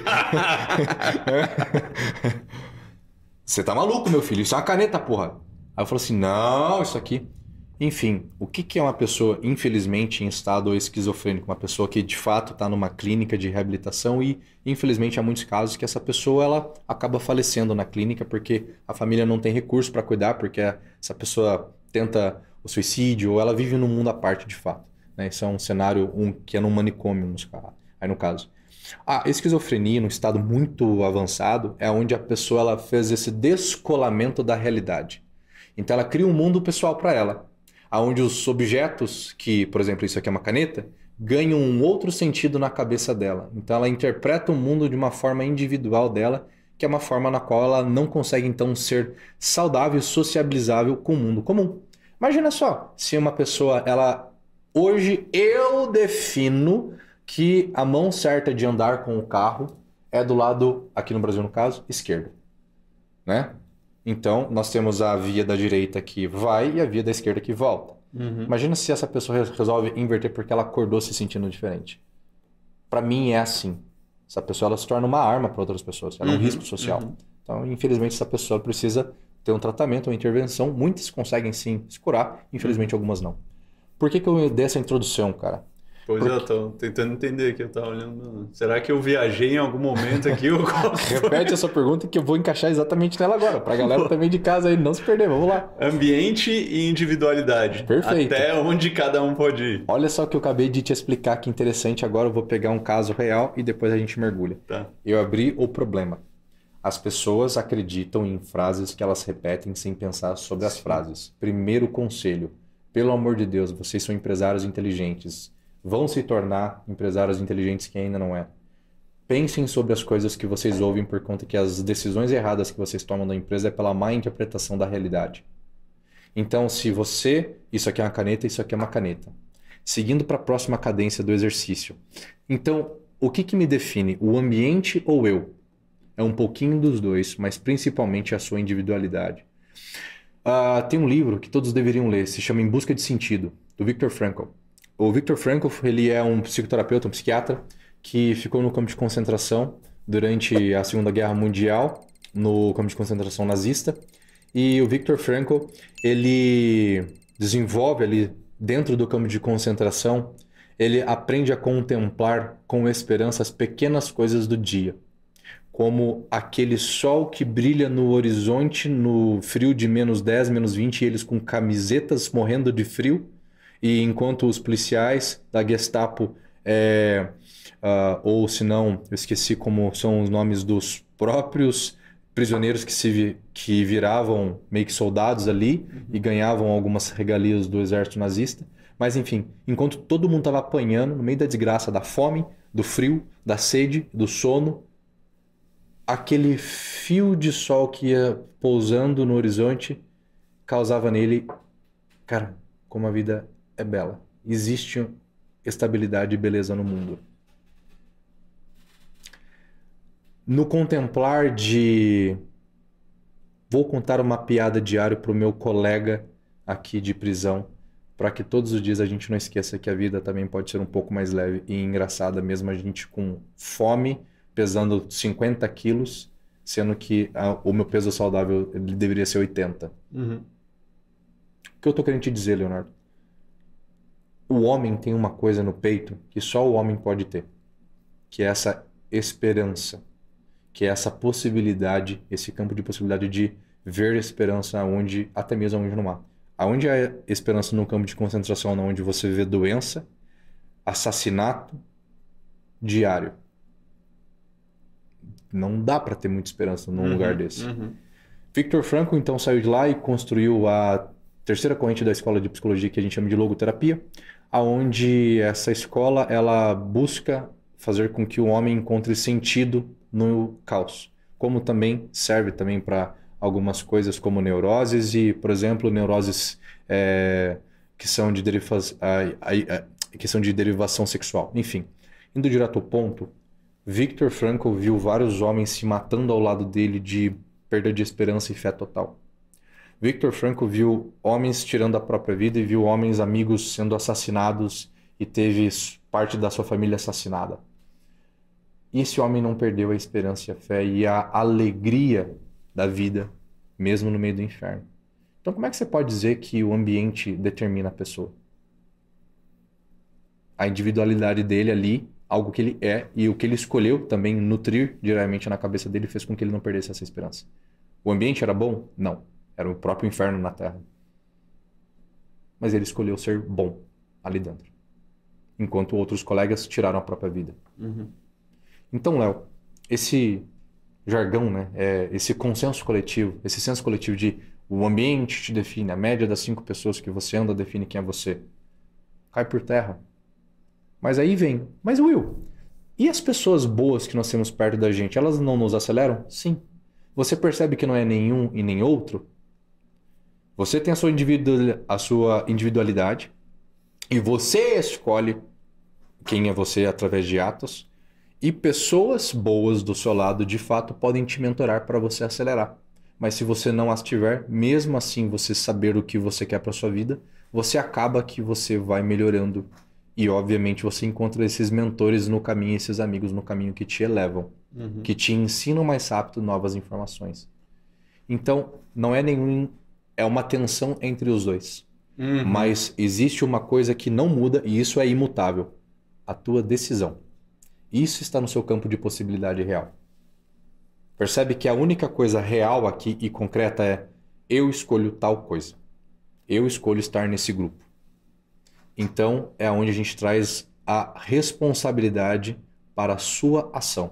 Você tá maluco, meu filho? Isso é uma caneta, porra. Aí eu falo assim, não, isso aqui... Enfim, o que é uma pessoa, infelizmente, em estado esquizofrênico? Uma pessoa que de fato está numa clínica de reabilitação e, infelizmente, há muitos casos que essa pessoa ela acaba falecendo na clínica porque a família não tem recurso para cuidar, porque essa pessoa tenta o suicídio ou ela vive num mundo à parte de fato. Né? Isso é um cenário que é num manicômio, aí no caso. A esquizofrenia, num estado muito avançado, é onde a pessoa ela fez esse descolamento da realidade. Então ela cria um mundo pessoal para ela, onde os objetos, que, por exemplo, isso aqui é uma caneta, ganham um outro sentido na cabeça dela. Então ela interpreta o mundo de uma forma individual dela, que é uma forma na qual ela não consegue então ser saudável e sociabilizável com o mundo comum. Imagina só, se uma pessoa, ela hoje eu defino que a mão certa de andar com o carro é do lado, aqui no Brasil no caso, esquerdo, né? Então, nós temos a via da direita que vai e a via da esquerda que volta. Imagina se essa pessoa resolve inverter porque ela acordou se sentindo diferente. Para mim é assim. Essa pessoa ela se torna uma arma para outras pessoas. Ela é um risco social. Então, infelizmente, essa pessoa precisa ter um tratamento, uma intervenção. Muitas conseguem sim se curar, infelizmente algumas não. Por que eu dei essa introdução, cara? Pois é, eu tô tentando entender aqui, eu tava olhando. Será que eu viajei em algum momento aqui? Repete essa pergunta que eu vou encaixar exatamente nela agora, pra galera também de casa aí não se perder, vamos lá. Ambiente e individualidade. Perfeito. Até onde cada um pode ir. Olha só o que eu acabei de te explicar, que interessante. Agora eu vou pegar um caso real e depois a gente mergulha. Tá. Eu abri o problema. As pessoas acreditam em frases que elas repetem sem pensar sobre as frases. Primeiro conselho, pelo amor de Deus, vocês são empresários inteligentes. Vão se tornar empresários inteligentes que ainda não é. Pensem sobre as coisas que vocês ouvem por conta que as decisões erradas que vocês tomam da empresa é pela má interpretação da realidade. Então, se você... Isso aqui é uma caneta, isso aqui é uma caneta. Seguindo para a próxima cadência do exercício. Então, o que me define? O ambiente ou eu? É um pouquinho dos dois, mas principalmente a sua individualidade. Tem um livro que todos deveriam ler, se chama Em Busca de Sentido, do Viktor Frankl. O Viktor Frankl, ele é um psicoterapeuta, um psiquiatra, que ficou no campo de concentração durante a Segunda Guerra Mundial, no campo de concentração nazista. E o Viktor Frankl, ele desenvolve ali, dentro do campo de concentração, ele aprende a contemplar com esperança as pequenas coisas do dia. Como aquele sol que brilha no horizonte no frio de -10, -20, e eles com camisetas morrendo de frio. E enquanto os policiais da Gestapo, ou se não, eu esqueci como são os nomes dos próprios prisioneiros que viravam meio que soldados ali e ganhavam algumas regalias do exército nazista. Mas enfim, enquanto todo mundo estava apanhando no meio da desgraça, da fome, do frio, da sede, do sono, aquele fio de sol que ia pousando no horizonte causava nele, cara, como a vida é bela. Existe estabilidade e beleza no mundo. No contemplar de... Vou contar uma piada diária para o meu colega aqui de prisão, para que todos os dias a gente não esqueça que a vida também pode ser um pouco mais leve e engraçada, mesmo a gente com fome, pesando 50 quilos, sendo que o meu peso saudável ele deveria ser 80. O que eu tô querendo te dizer, Leonardo? O homem tem uma coisa no peito que só o homem pode ter, que é essa esperança, que é essa possibilidade, esse campo de possibilidade de ver esperança onde, até mesmo onde não há. Aonde há esperança no campo de concentração, onde você vê doença, assassinato diário. Não dá para ter muita esperança num lugar desse. Viktor Frankl então saiu de lá e construiu a terceira corrente da escola de psicologia que a gente chama de logoterapia, aonde essa escola ela busca fazer com que o homem encontre sentido no caos, como também serve também para algumas coisas como neuroses e, por exemplo, neuroses que são de derivação sexual. Enfim, indo direto ao ponto, Viktor Frankl viu vários homens se matando ao lado dele de perda de esperança e fé total. Viktor Frankl viu homens tirando a própria vida e viu homens amigos sendo assassinados e teve parte da sua família assassinada. E esse homem não perdeu a esperança e a fé e a alegria da vida, mesmo no meio do inferno. Então, como é que você pode dizer que o ambiente determina a pessoa? A individualidade dele ali, algo que ele é, e o que ele escolheu também nutrir diariamente na cabeça dele fez com que ele não perdesse essa esperança. O ambiente era bom? Não. Era o próprio inferno na Terra. Mas ele escolheu ser bom ali dentro. Enquanto outros colegas tiraram a própria vida. Então, Léo, esse jargão, né? Esse consenso coletivo, esse senso coletivo de o ambiente te define, a média das 5 pessoas que você anda define quem é você, cai por terra. Mas aí vem, mas Will, e as pessoas boas que nós temos perto da gente, elas não nos aceleram? Sim. Você percebe que não é nenhum e nem outro? Você tem a sua individualidade e você escolhe quem é você através de atos, e pessoas boas do seu lado de fato podem te mentorar para você acelerar. Mas se você não as tiver, mesmo assim você saber o que você quer para sua vida, você acaba que você vai melhorando. E obviamente você encontra esses mentores no caminho, esses amigos no caminho que te elevam, que te ensinam mais rápido novas informações. Então, não é é uma tensão entre os dois. Mas existe uma coisa que não muda e isso é imutável. A tua decisão. Isso está no seu campo de possibilidade real. Percebe que a única coisa real aqui e concreta é: eu escolho tal coisa. Eu escolho estar nesse grupo. Então, é onde a gente traz a responsabilidade para a sua ação.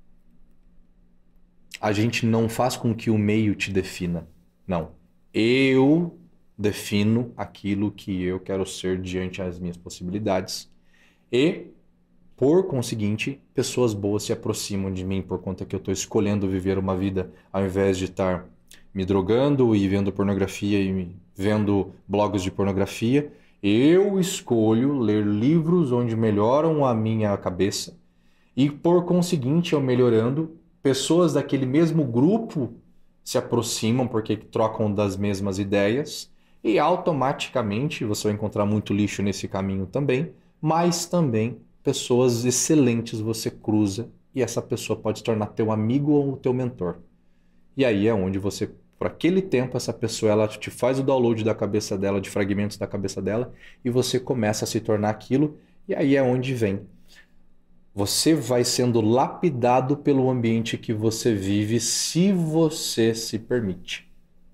A gente não faz com que o meio te defina. Não. Eu defino aquilo que eu quero ser diante das minhas possibilidades. E, por conseguinte, pessoas boas se aproximam de mim por conta que eu estou escolhendo viver uma vida ao invés de estar me drogando e vendo pornografia e vendo blogs de pornografia. Eu escolho ler livros onde melhoram a minha cabeça e, por conseguinte, eu melhorando, pessoas daquele mesmo grupo se aproximam porque trocam das mesmas ideias e automaticamente você vai encontrar muito lixo nesse caminho também, mas também pessoas excelentes você cruza e essa pessoa pode se tornar teu amigo ou teu mentor. E aí é onde você, por aquele tempo, essa pessoa ela te faz o download da cabeça dela, de fragmentos da cabeça dela, e você começa a se tornar aquilo, e aí é onde vem. Você vai sendo lapidado pelo ambiente que você vive se você se permite.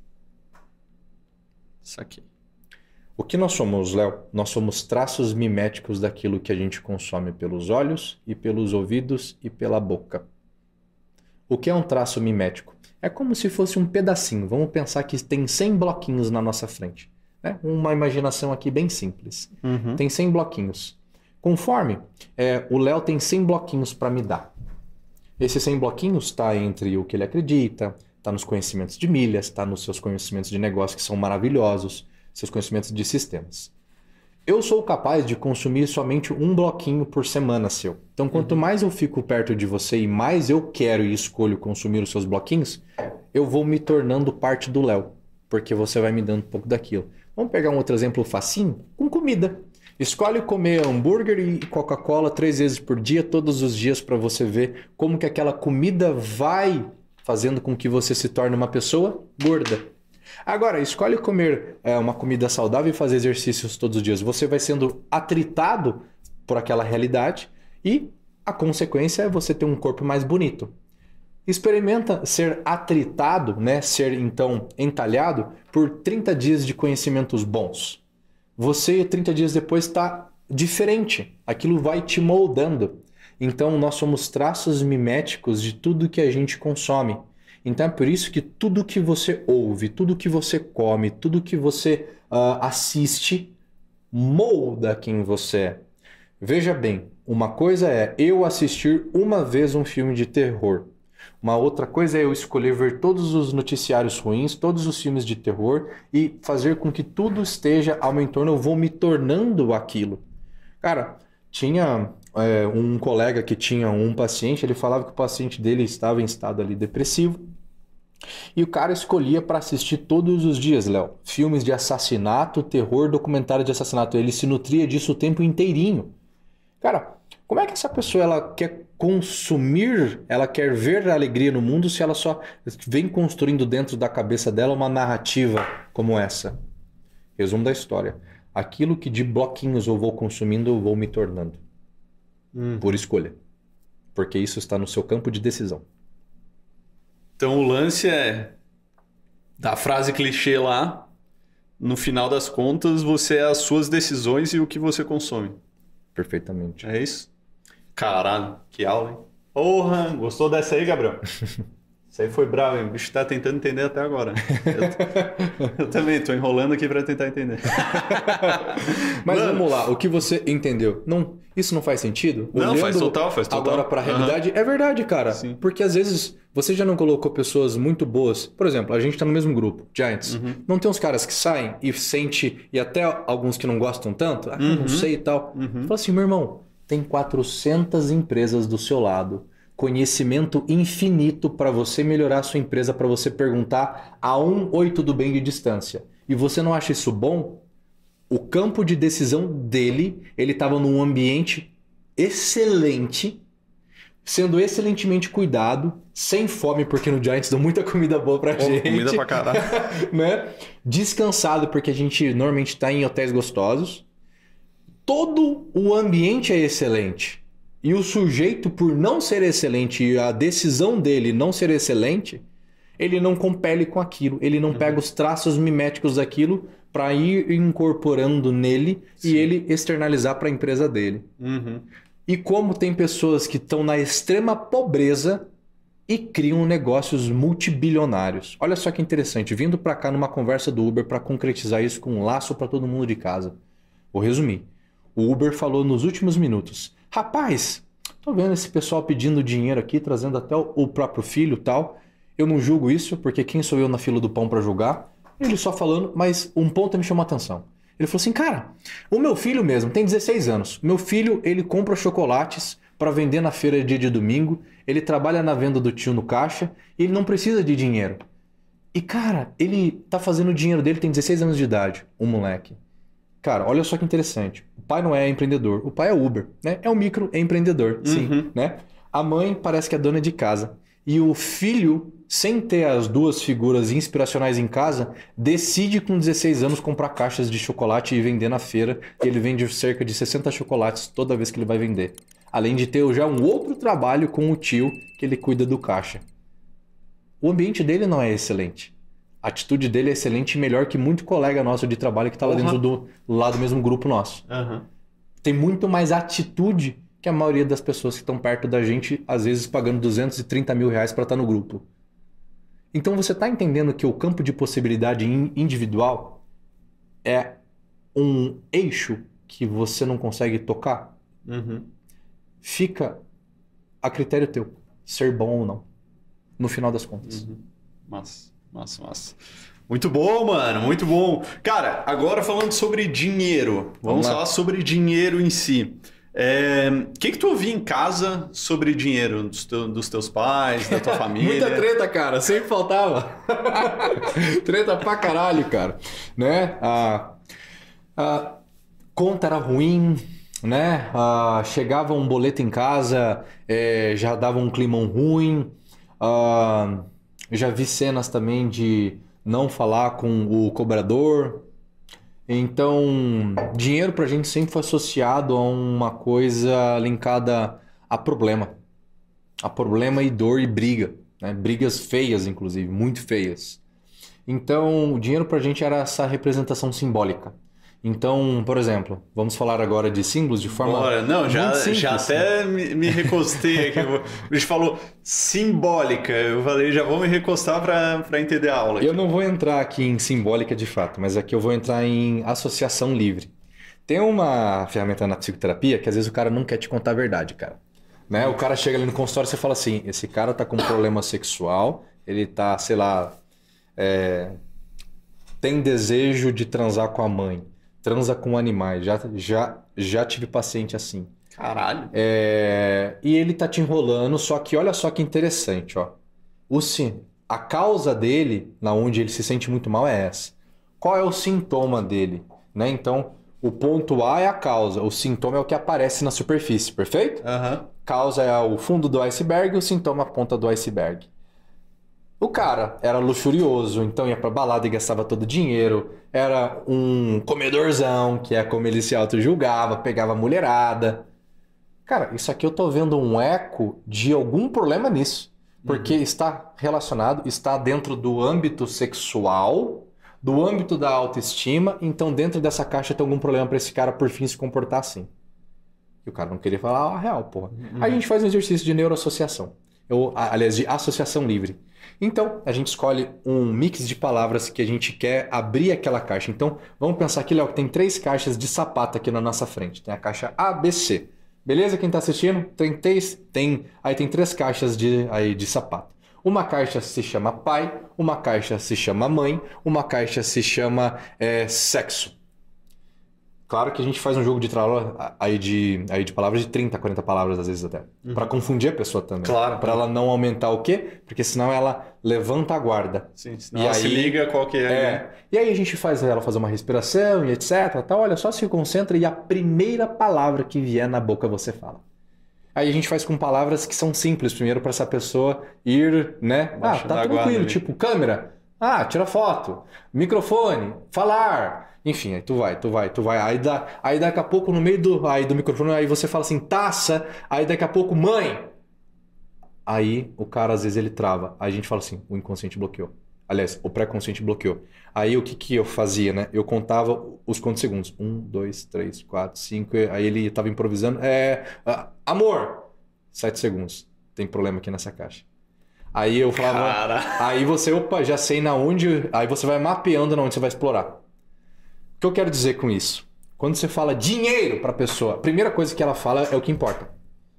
Isso aqui. O que nós somos, Léo? Nós somos traços miméticos daquilo que a gente consome pelos olhos e pelos ouvidos e pela boca. O que é um traço mimético? É como se fosse um pedacinho. Vamos pensar que tem 100 bloquinhos na nossa frente. Né? Uma imaginação aqui bem simples. Tem 100 bloquinhos. Conforme o Léo tem 100 bloquinhos para me dar. Esses 100 bloquinhos está entre o que ele acredita, está nos conhecimentos de milhas, está nos seus conhecimentos de negócio que são maravilhosos, seus conhecimentos de sistemas. Eu sou capaz de consumir somente um bloquinho por semana seu. Então, quanto mais eu fico perto de você e mais eu quero e escolho consumir os seus bloquinhos, eu vou me tornando parte do Léo, porque você vai me dando um pouco daquilo. Vamos pegar um outro exemplo facinho? Com comida. Escolhe comer hambúrguer e Coca-Cola 3 vezes por dia, todos os dias, para você ver como que aquela comida vai fazendo com que você se torne uma pessoa gorda. Agora, escolhe comer uma comida saudável e fazer exercícios todos os dias. Você vai sendo atritado por aquela realidade e a consequência é você ter um corpo mais bonito. Experimenta ser atritado, né? Ser então entalhado por 30 dias de conhecimentos bons. Você 30 dias depois está diferente. Aquilo vai te moldando. Então nós somos traços miméticos de tudo que a gente consome. Então é por isso que tudo que você ouve, tudo que você come, tudo que você assiste molda quem você é. Veja bem, uma coisa é eu assistir uma vez um filme de terror. Uma outra coisa é eu escolher ver todos os noticiários ruins, todos os filmes de terror e fazer com que tudo esteja ao meu entorno, eu vou me tornando aquilo. Cara, tinha um colega que tinha um paciente, ele falava que o paciente dele estava em estado ali depressivo e o cara escolhia para assistir todos os dias, Léo, filmes de assassinato, terror, documentário de assassinato. Ele se nutria disso o tempo inteirinho. Cara, como é que essa pessoa ela quer consumir, ela quer ver a alegria no mundo se ela só vem construindo dentro da cabeça dela uma narrativa como essa? Resumo da história. Aquilo que de bloquinhos eu vou consumindo, eu vou me tornando. Por escolha. Porque isso está no seu campo de decisão. Então o lance é da frase clichê lá, no final das contas, você é as suas decisões e o que você consome. Perfeitamente. É isso? Caralho, que aula, hein? Porra, gostou dessa aí, Gabriel? Isso aí foi bravo, hein? O bicho tá tentando entender até agora. Eu também tô enrolando aqui pra tentar entender. Mas vamos lá, o que você entendeu? Não, isso não faz sentido? Não, Olhando faz total. Agora pra realidade, é verdade, cara. Sim. Porque às vezes você já não colocou pessoas muito boas. Por exemplo, a gente tá no mesmo grupo, Giants. Não tem uns caras que saem e sente, e até alguns que não gostam tanto, não sei e tal. Fala assim, meu irmão, tem 400 empresas do seu lado. Conhecimento infinito para você melhorar a sua empresa, para você perguntar a oi, tudo bem de distância. E você não acha isso bom? O campo de decisão dele, ele estava num ambiente excelente, sendo excelentemente cuidado, sem fome, porque no Giants dão muita comida boa pra gente. Comida pra caralho. Né? Descansado, porque a gente normalmente está em hotéis gostosos. Todo o ambiente é excelente. E o sujeito, por não ser excelente e a decisão dele não ser excelente, ele não compele com aquilo. Ele não pega os traços miméticos daquilo para ir incorporando nele e ele externalizar para a empresa dele. E como tem pessoas que estão na extrema pobreza e criam negócios multibilionários. Olha só que interessante. Vindo para cá numa conversa do Uber para concretizar isso com um laço para todo mundo de casa. Vou resumir. O Uber falou nos últimos minutos: rapaz, tô vendo esse pessoal pedindo dinheiro aqui, trazendo até o próprio filho e tal. Eu não julgo isso, porque quem sou eu na fila do pão para julgar? Ele só falando, mas um ponto me chamou a atenção. Ele falou assim, cara, o meu filho mesmo tem 16 anos. Meu filho, ele compra chocolates para vender na feira dia de domingo. Ele trabalha na venda do tio no caixa e ele não precisa de dinheiro. E, cara, ele tá fazendo o dinheiro dele, tem 16 anos de idade, o moleque. Cara, olha só que interessante. O pai não é empreendedor, o pai é Uber, né? É um microempreendedor, sim, né? A mãe parece que é dona de casa. E o filho, sem ter as duas figuras inspiracionais em casa, decide com 16 anos comprar caixas de chocolate e vender na feira. E ele vende cerca de 60 chocolates toda vez que ele vai vender. Além de ter já um outro trabalho com o tio que ele cuida do caixa. O ambiente dele não é excelente. A atitude dele é excelente e melhor que muito colega nosso de trabalho que está lá dentro lá do mesmo grupo nosso. Tem muito mais atitude que a maioria das pessoas que estão perto da gente, às vezes pagando 230 mil reais para estar no grupo. Então você está entendendo que o campo de possibilidade individual é um eixo que você não consegue tocar? Fica a critério teu, ser bom ou não, no final das contas. Massa. Muito bom, mano, muito bom. Cara, agora falando sobre dinheiro. Vamos falar sobre dinheiro em si. O que tu ouvia em casa sobre dinheiro dos teus pais, da tua família? Muita treta, cara. Sempre faltava. Treta pra caralho, cara. Né? A conta era ruim, né? Chegava um boleto em casa, já dava um climão ruim. Já vi cenas também de não falar com o cobrador. Então, dinheiro pra gente sempre foi associado a uma coisa linkada a problema. A problema e dor e briga, né? Brigas feias, inclusive, muito feias. Então, o dinheiro pra gente era essa representação simbólica. Então, por exemplo, vamos falar agora de símbolos de forma muito simples. Já até me recostei aqui. A gente falou simbólica. Eu falei, já vou me recostar para entender a aula. Eu não vou entrar aqui em simbólica de fato, mas aqui eu vou entrar em associação livre. Tem uma ferramenta na psicoterapia que às vezes o cara não quer te contar a verdade, cara. Né? O cara chega ali no consultório e você fala assim, esse cara tá com um problema sexual, ele tá, sei lá, tem desejo de transar com a mãe. Transa com animais, já tive paciente assim. Caralho. E ele tá te enrolando, só que olha só que interessante, ó. A causa dele, na onde ele se sente muito mal, é essa. Qual é o sintoma dele? Né? Então, O ponto A é a causa, o sintoma é o que aparece na superfície, perfeito? Causa é o fundo do iceberg, o sintoma a ponta do iceberg. O cara era luxurioso, então ia pra balada e gastava todo o dinheiro. Era um comedorzão, que é como ele se auto-julgava, pegava mulherada. Cara, isso aqui eu tô vendo um eco de algum problema nisso. Porque está relacionado, está dentro do âmbito sexual, do âmbito da autoestima. Então dentro dessa caixa tem algum problema pra esse cara por fim se comportar assim. E o cara não queria falar a real, porra. Aí a gente faz um exercício de neuroassociação. Aliás, de associação livre. Então, a gente escolhe um mix de palavras que a gente quer abrir aquela caixa. Então, vamos pensar aqui, Léo, que tem 3 caixas de sapato aqui na nossa frente. Tem a caixa A, B, C. Beleza? Quem tá assistindo? Aí tem 3 caixas de sapato. Uma caixa se chama pai, uma caixa se chama mãe, uma caixa se chama sexo. Claro que a gente faz um jogo de trala aí de palavras de 30, 40 palavras às vezes até. Pra confundir a pessoa também. Claro. Pra ela não aumentar o quê? Porque senão ela levanta a guarda. Sim, senão ela se liga qual que é. Né? E aí a gente faz ela fazer uma respiração e etc. Tá? Olha, só se concentra e a primeira palavra que vier na boca você fala. Aí a gente faz com palavras que são simples. Primeiro pra essa pessoa ir, né? Tá tranquilo. Tipo, câmera. Tira foto. Microfone. Falar. Enfim, aí tu vai. Aí daqui a pouco no meio do microfone, aí você fala assim, taça. Aí daqui a pouco, mãe. Aí o cara às vezes ele trava. Aí a gente fala assim, o inconsciente bloqueou. Aliás, o pré-consciente bloqueou. Aí o que eu fazia, né? Eu contava os quantos segundos. 1, 2, 3, 4, 5. Aí ele tava improvisando. Amor. 7 segundos. Tem problema aqui nessa caixa. Aí eu falava... Cara. Aí você, já sei na onde... Aí você vai mapeando na onde você vai explorar. O que eu quero dizer com isso? Quando você fala dinheiro para a pessoa, a primeira coisa que ela fala é o que importa.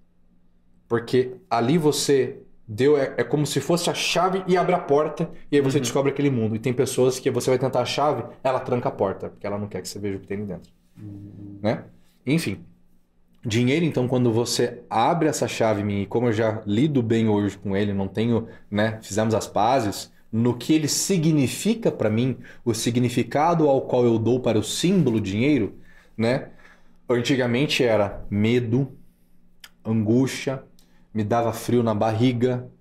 Porque ali você deu... É como se fosse a chave e abre a porta e aí você descobre aquele mundo. E tem pessoas que você vai tentar a chave, ela tranca a porta, porque ela não quer que você veja o que tem ali dentro. Né? Enfim. Dinheiro, então, quando você abre essa chave em mim, e como eu já lido bem hoje com ele, não tenho... né? Fizemos as pazes... No que ele significa para mim, o significado ao qual eu dou para o símbolo dinheiro, né? Antigamente era medo, angústia, me dava frio na barriga,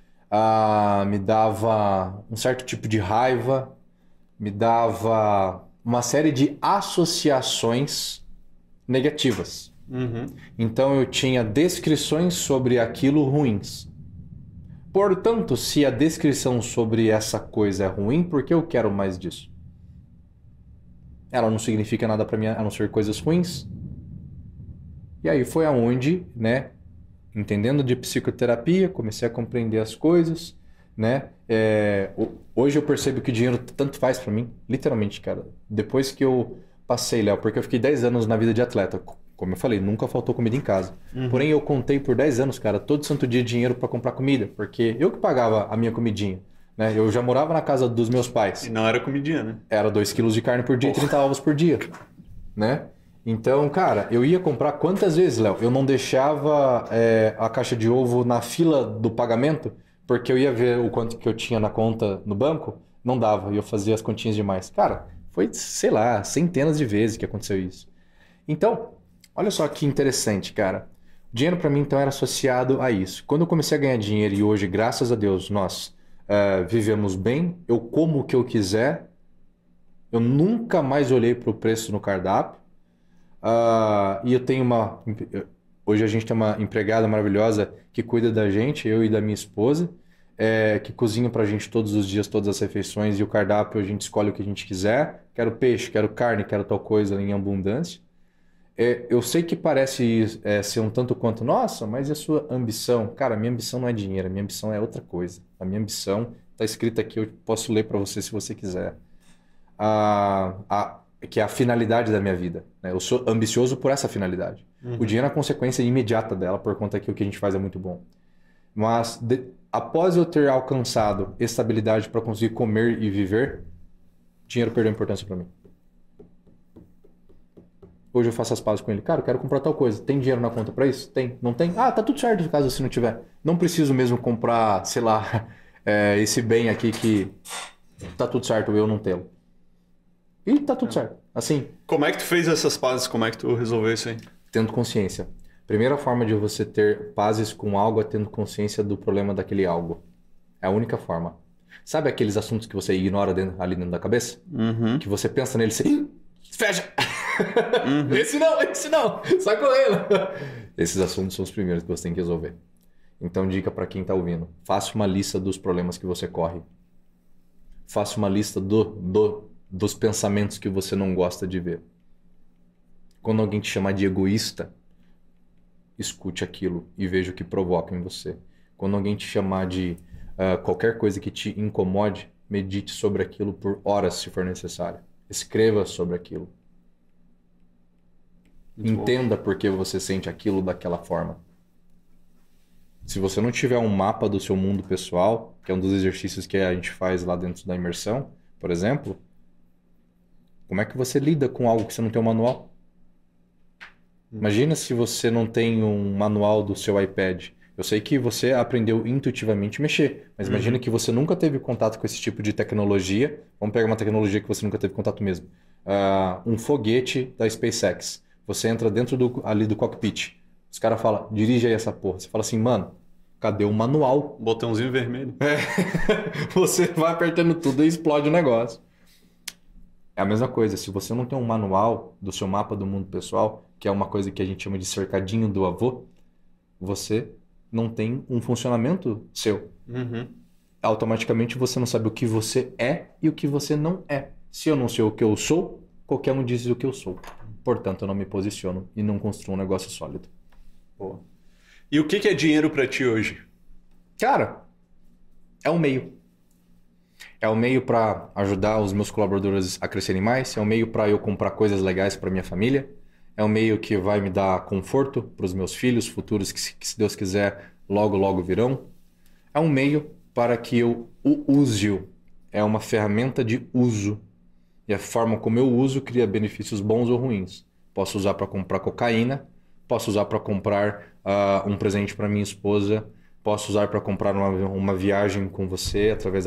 me dava um certo tipo de raiva, me dava uma série de associações negativas. Então eu tinha descrições sobre aquilo ruins. Portanto, se a descrição sobre essa coisa é ruim, por que eu quero mais disso? Ela não significa nada para mim a não ser coisas ruins. E aí foi aonde, né, entendendo de psicoterapia, comecei a compreender as coisas, né? Hoje eu percebo que o dinheiro tanto faz para mim, literalmente, cara. Depois que eu passei, Léo, porque eu fiquei 10 anos na vida de atleta. Como eu falei, nunca faltou comida em casa. Porém, eu contei por 10 anos, cara, todo santo dia dinheiro para comprar comida, porque eu que pagava a minha comidinha, né? Eu já morava na casa dos meus pais. E não era comidinha, né? Era 2 quilos de carne por dia e 30 ovos por dia, né? Então, cara, eu ia comprar quantas vezes, Léo? Eu não deixava a caixa de ovo na fila do pagamento, porque eu ia ver o quanto que eu tinha na conta no banco, não dava, e eu fazia as continhas demais. Cara, foi, sei lá, centenas de vezes que aconteceu isso. Então... Olha só que interessante, cara. O dinheiro para mim, então, era associado a isso. Quando eu comecei a ganhar dinheiro e hoje, graças a Deus, nós vivemos bem, eu como o que eu quiser, eu nunca mais olhei para o preço no cardápio. E eu tenho hoje a gente tem uma empregada maravilhosa que cuida da gente, eu e da minha esposa, que cozinha pra gente todos os dias, todas as refeições, e o cardápio a gente escolhe o que a gente quiser. Quero peixe, quero carne, quero tal coisa em abundância. Eu sei que parece ser um tanto quanto, nossa, mas e a sua ambição? Cara, a minha ambição não é dinheiro, a minha ambição é outra coisa. A minha ambição está escrita aqui, eu posso ler para você se você quiser. Que é a finalidade da minha vida. Né? Eu sou ambicioso por essa finalidade. O dinheiro é a consequência imediata dela, por conta que o que a gente faz é muito bom. Mas após eu ter alcançado estabilidade para conseguir comer e viver, dinheiro perdeu importância para mim. Hoje eu faço as pazes com ele. Cara, eu quero comprar tal coisa. Tem dinheiro na conta pra isso? Tem. Não tem? Tá tudo certo caso você não tiver. Não preciso mesmo comprar, sei lá, esse bem aqui que tá tudo certo eu não tê-lo. E tá tudo certo. Assim. Como é que tu fez essas pazes? Como é que tu resolveu isso aí? Tendo consciência. Primeira forma de você ter pazes com algo é tendo consciência do problema daquele algo. É a única forma. Sabe aqueles assuntos que você ignora ali dentro da cabeça? Que você pensa nele e fecha! Esse não! Sai correndo! Esses assuntos são os primeiros que você tem que resolver. Então, dica para quem tá ouvindo. Faça uma lista dos problemas que você corre. Faça uma lista dos pensamentos que você não gosta de ver. Quando alguém te chamar de egoísta, escute aquilo e veja o que provoca em você. Quando alguém te chamar de qualquer coisa que te incomode, medite sobre aquilo por horas, se for necessário. Escreva sobre aquilo. Entenda por que você sente aquilo daquela forma. Se você não tiver um mapa do seu mundo pessoal, que é um dos exercícios que a gente faz lá dentro da imersão, por exemplo, como é que você lida com algo que você não tem um manual? Imagina se você não tem um manual do seu iPad. Eu sei que você aprendeu intuitivamente a mexer, mas imagina que você nunca teve contato com esse tipo de tecnologia. Vamos pegar uma tecnologia que você nunca teve contato mesmo. Um foguete da SpaceX. Você entra dentro ali do cockpit. Os caras falam, dirige aí essa porra. Você fala assim, mano, cadê o manual? Botãozinho vermelho. Você vai apertando tudo e explode o negócio. É a mesma coisa. Se você não tem um manual do seu mapa do mundo pessoal, que é uma coisa que a gente chama de cercadinho do avô, você não tem um funcionamento seu. Automaticamente você não sabe o que você é e o que você não é. Se eu não sei o que eu sou, qualquer um diz o que eu sou. Portanto, eu não me posiciono e não construo um negócio sólido. Boa. E o que é dinheiro pra ti hoje? Cara, é um meio. É um meio para ajudar os meus colaboradores a crescerem mais. É um meio para eu comprar coisas legais para minha família. É um meio que vai me dar conforto para os meus filhos futuros que, se Deus quiser, logo, logo virão. É um meio para que eu o use. É uma ferramenta de uso. E a forma como eu uso cria benefícios bons ou ruins. Posso usar para comprar cocaína. Posso usar para comprar um presente para minha esposa. Posso usar para comprar uma viagem com você através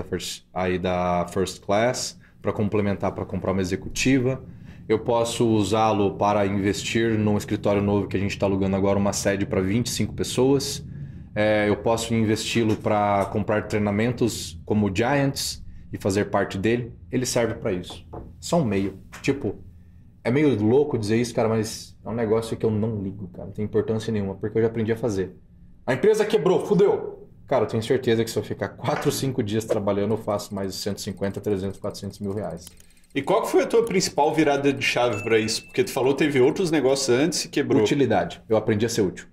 da First Class. Para complementar, para comprar uma executiva. Eu posso usá-lo para investir num escritório novo que a gente está alugando agora, uma sede para 25 pessoas. Eu posso investi-lo para comprar treinamentos como o Giants e fazer parte dele. Ele serve para isso. Só um meio. Tipo, é meio louco dizer isso, cara, mas é um negócio que eu não ligo, cara. Não tem importância nenhuma, porque eu já aprendi a fazer. A empresa quebrou, fudeu. Cara, eu tenho certeza que se eu ficar 4 ou 5 dias trabalhando, eu faço mais de 150, 300, 400 mil reais. E qual foi a tua principal virada de chave para isso? Porque tu falou que teve outros negócios antes e quebrou. Utilidade. Eu aprendi a ser útil.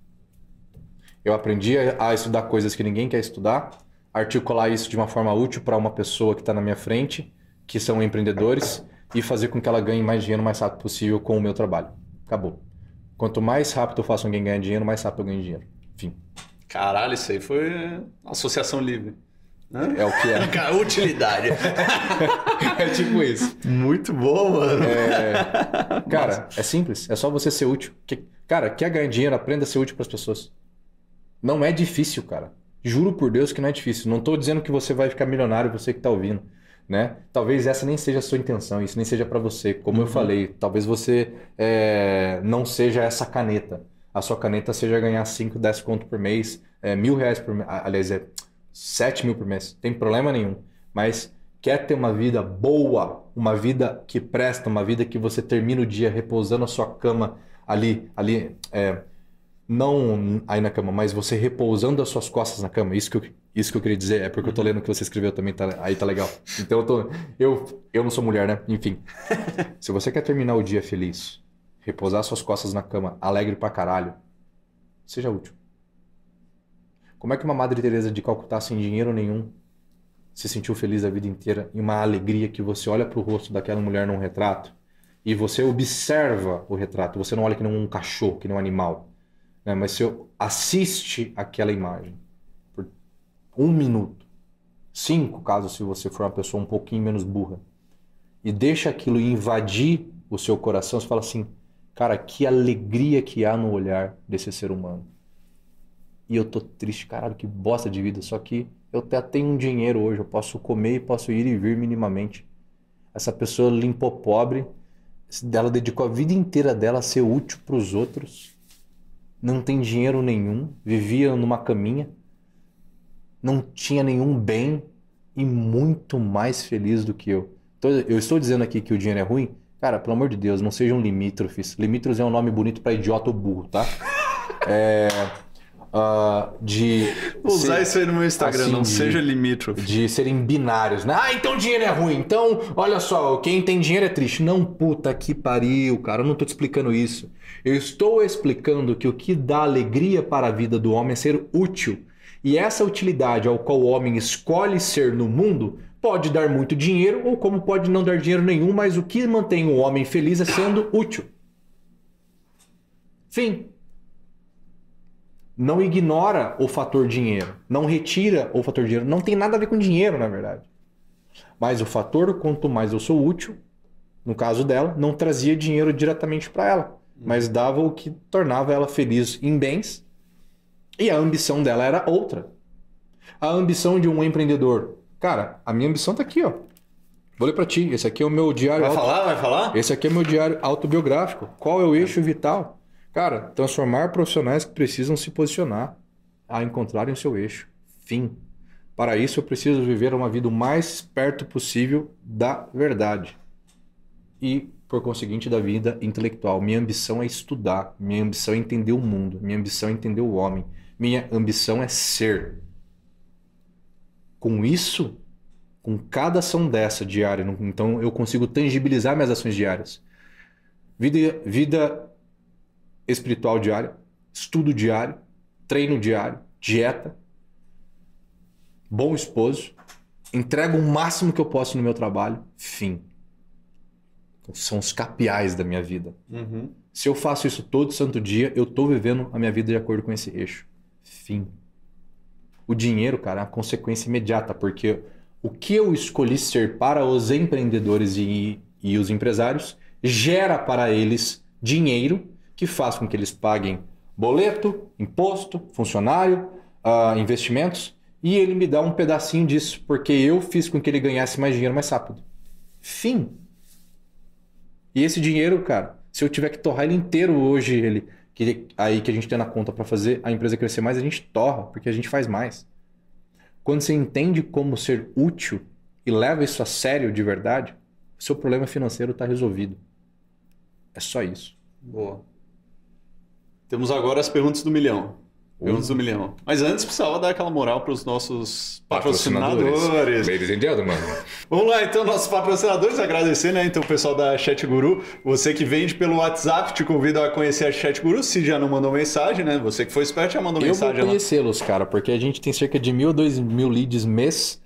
Eu aprendi a estudar coisas que ninguém quer estudar, articular isso de uma forma útil para uma pessoa que está na minha frente, que são empreendedores, e fazer com que ela ganhe mais dinheiro o mais rápido possível com o meu trabalho. Acabou. Quanto mais rápido eu faço alguém ganhar dinheiro, mais rápido eu ganho dinheiro. Enfim. Caralho, isso aí foi associação livre. É o que é. Utilidade. É tipo isso. Muito bom, mano. Cara, é simples. É só você ser útil. Cara, quer ganhar dinheiro, aprenda a ser útil para as pessoas. Não é difícil, cara. Juro por Deus que não é difícil. Não estou dizendo que você vai ficar milionário, você que está ouvindo. Né? Talvez essa nem seja a sua intenção, isso nem seja para você. Como eu falei, talvez você não seja essa caneta. A sua caneta seja ganhar 5, 10 conto por mês, R$1.000 por mês. Aliás, 7 mil por mês. Tem problema nenhum. Mas quer ter uma vida boa, uma vida que presta, uma vida que você termina o dia repousando a sua cama ali não aí na cama, mas você repousando as suas costas na cama. Isso que eu queria dizer, é porque eu tô lendo o que você escreveu também, aí tá legal. Então eu não sou mulher, né? Enfim. Se você quer terminar o dia feliz, repousar suas costas na cama, alegre pra caralho, seja útil. Como é que uma Madre Teresa de Calcutá sem dinheiro nenhum se sentiu feliz a vida inteira e uma alegria que você olha pro rosto daquela mulher num retrato e você observa o retrato, você não olha que nem um cachorro, que nem um animal, né? Mas você assiste aquela imagem por 1 minuto, 5 caso se você for uma pessoa um pouquinho menos burra, e deixa aquilo invadir o seu coração, você fala assim, cara, que alegria que há no olhar desse ser humano. E eu tô triste, caralho, que bosta de vida. Só que eu até tenho um dinheiro hoje, eu posso comer e posso ir e vir minimamente. Essa pessoa limpou pobre, ela dedicou a vida inteira dela a ser útil para os outros, não tem dinheiro nenhum, vivia numa caminha, não tinha nenhum bem e muito mais feliz do que eu. Então, eu estou dizendo aqui que o dinheiro é ruim? Cara, pelo amor de Deus, não sejam limítrofes. Limítrofes é um nome bonito para idiota ou burro, tá? Vou usar isso aí no meu Instagram, assim, não seja limítrofe. De serem binários, né? Ah, então dinheiro é ruim. Então, olha só, quem tem dinheiro é triste. Não, puta que pariu, cara. Eu não tô te explicando isso. Eu estou explicando que o que dá alegria para a vida do homem é ser útil. E essa utilidade ao qual o homem escolhe ser no mundo pode dar muito dinheiro ou como pode não dar dinheiro nenhum, mas o que mantém o homem feliz é sendo útil. Fim. Não ignora o fator dinheiro. Não retira o fator dinheiro. Não tem nada a ver com dinheiro, na verdade. Mas o fator, quanto mais eu sou útil, no caso dela, não trazia dinheiro diretamente para ela, mas dava o que tornava ela feliz em bens. E a ambição dela era outra. A ambição de um empreendedor. Cara, a minha ambição tá aqui, ó. Vou ler para ti. Esse aqui é o meu diário. Vai falar? Esse aqui é o meu diário autobiográfico. Qual é o eixo vital? Cara, transformar profissionais que precisam se posicionar a encontrarem o seu eixo. Fim. Para isso, eu preciso viver uma vida o mais perto possível da verdade. E, por conseguinte, da vida intelectual. Minha ambição é estudar. Minha ambição é entender o mundo. Minha ambição é entender o homem. Minha ambição é ser. Com isso, com cada ação dessa diária, então eu consigo tangibilizar minhas ações diárias. Vida espiritual diária, estudo diário, treino diário, dieta, bom esposo, entrego o máximo que eu posso no meu trabalho, fim. São os capiais da minha vida. Uhum. Se eu faço isso todo santo dia, eu estou vivendo a minha vida de acordo com esse eixo. Fim. O dinheiro, cara, é uma consequência imediata, porque o que eu escolhi ser para os empreendedores e os empresários gera para eles dinheiro que faz com que eles paguem boleto, imposto, funcionário, investimentos, e ele me dá um pedacinho disso, porque eu fiz com que ele ganhasse mais dinheiro mais rápido. Fim. E esse dinheiro, cara, se eu tiver que torrar ele inteiro hoje, que a gente tem na conta para fazer a empresa crescer mais, a gente torra, porque a gente faz mais. Quando você entende como ser útil e leva isso a sério de verdade, o seu problema financeiro está resolvido. É só isso. Boa. Temos agora as perguntas do milhão. Perguntas do milhão. Mas antes precisava dar aquela moral para os nossos patrocinadores. Ladies and gentlemen. Vamos lá, então, nossos patrocinadores. Agradecer, né? Então, o pessoal da Chat Guru. Você que vende pelo WhatsApp, te convido a conhecer a Chat Guru. Se já não mandou mensagem, né? Você que foi esperto já mandou mensagem lá. Eu vou conhecê-los, cara, porque a gente tem cerca de 1.000 a 2.000 leads mês.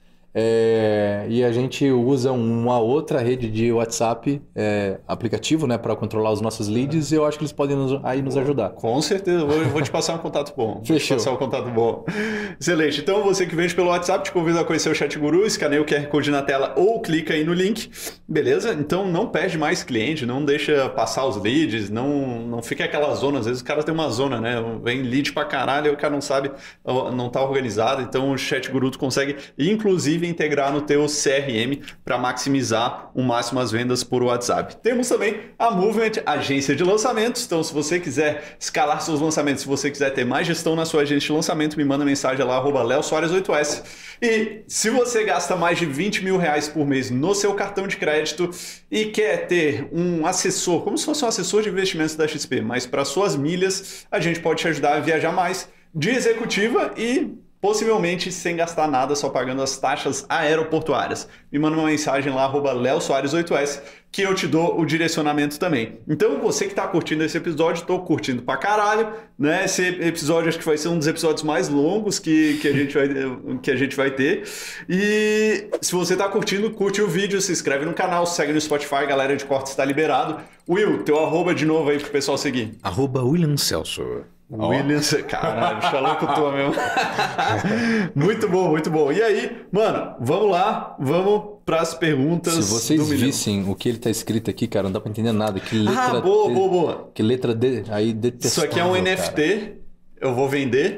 E a gente usa uma outra rede de WhatsApp, aplicativo, né, para controlar os nossos leads, e eu acho que eles podem nos ajudar. Com certeza, vou te passar um contato bom. Fechou. Vou te passar um contato bom. Excelente. Então, você que vende pelo WhatsApp, te convido a conhecer o Chat Guru, escaneia o QR Code na tela ou clica aí no link. Beleza? Então, não perde mais cliente, não deixa passar os leads, não fica aquela zona. Às vezes o cara tem uma zona, né? Vem lead pra caralho e o cara não sabe, não tá organizado. Então, o Chat Guru tu consegue, inclusive, integrar no teu CRM para maximizar o máximo as vendas por WhatsApp. Temos também a Movement, agência de lançamentos. Então, se você quiser escalar seus lançamentos, se você quiser ter mais gestão na sua agência de lançamento, me manda mensagem lá, @leosoares8s. E se você gasta mais de R$20 mil por mês no seu cartão de crédito e quer ter um assessor, como se fosse um assessor de investimentos da XP, mas para suas milhas, a gente pode te ajudar a viajar mais de executiva e possivelmente sem gastar nada, só pagando as taxas aeroportuárias. Me manda uma mensagem lá, @leosoares8s, que eu te dou o direcionamento também. Então, você que está curtindo esse episódio, estou curtindo pra caralho, né? Esse episódio acho que vai ser um dos episódios mais longos que a gente vai ter. E se você está curtindo, curte o vídeo, se inscreve no canal, segue no Spotify, galera de cortes está liberado. Will, teu @ de novo aí pro pessoal seguir. @William Celso. Williams, caralho, falou que eu tô mesmo. Muito bom, muito bom. E aí, mano, vamos lá, vamos pras perguntas. Se vocês vissem o que ele tá escrito aqui, cara, não dá pra entender nada. Que letra boa. Que letra D, aí detestável. Isso aqui é um NFT, cara. Eu vou vender.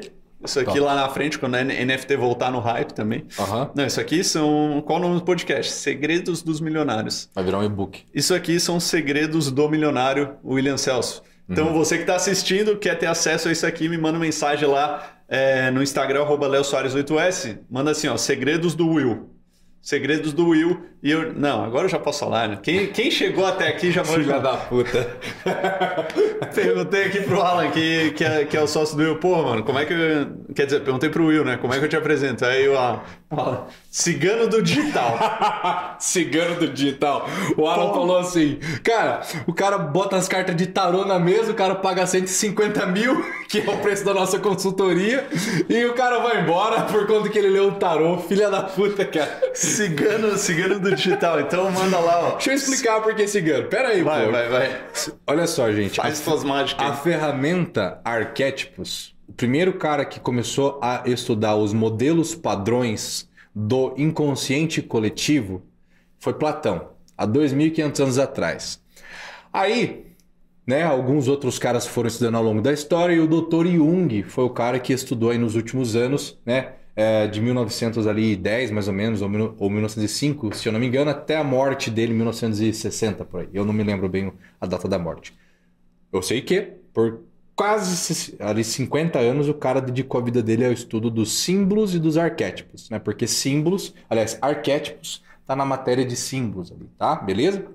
Isso aqui lá na frente, quando a NFT voltar no hype também. Não, isso aqui são... Qual o nome do podcast? Segredos dos Milionários. Vai virar um e-book. Isso aqui são segredos do milionário William Celso. Então, você que está assistindo, quer ter acesso a isso aqui, me manda mensagem lá no Instagram, @leosoares8s. Manda assim, ó, segredos do Will. Segredos do Will. E eu... Não, agora eu já posso falar, né? Quem chegou até aqui já vai... Filha da puta. Perguntei aqui pro Alan, que é o sócio do Will. Pô, mano, como é que eu... Quer dizer, perguntei pro Will, né? Como é que eu te apresento? Aí o Alan fala, cigano do digital. Cigano do digital. O Alan falou assim, cara, o cara bota as cartas de tarô na mesa, o cara paga 150 mil, que é o preço da nossa consultoria, e o cara vai embora por conta que ele leu o tarô. Filha da puta, cara. Cigano do digital. Então manda lá, ó. Deixa eu explicar por que cigano. Pera aí, vai, pô. Vai. Olha só, gente. Faz suas mágicas. A ferramenta Arquétipos, o primeiro cara que começou a estudar os modelos padrões do inconsciente coletivo foi Platão, há 2.500 anos atrás. Aí, né, alguns outros caras foram estudando ao longo da história e o Dr. Jung foi o cara que estudou aí nos últimos anos, né? De 1910 mais ou menos, ou 1905, se eu não me engano, até a morte dele em 1960, por aí. Eu não me lembro bem a data da morte. Eu sei que, por quase ali 50 anos, o cara dedicou a vida dele ao estudo dos símbolos e dos arquétipos, né? Porque símbolos, aliás, arquétipos, tá na matéria de símbolos ali, tá? Beleza?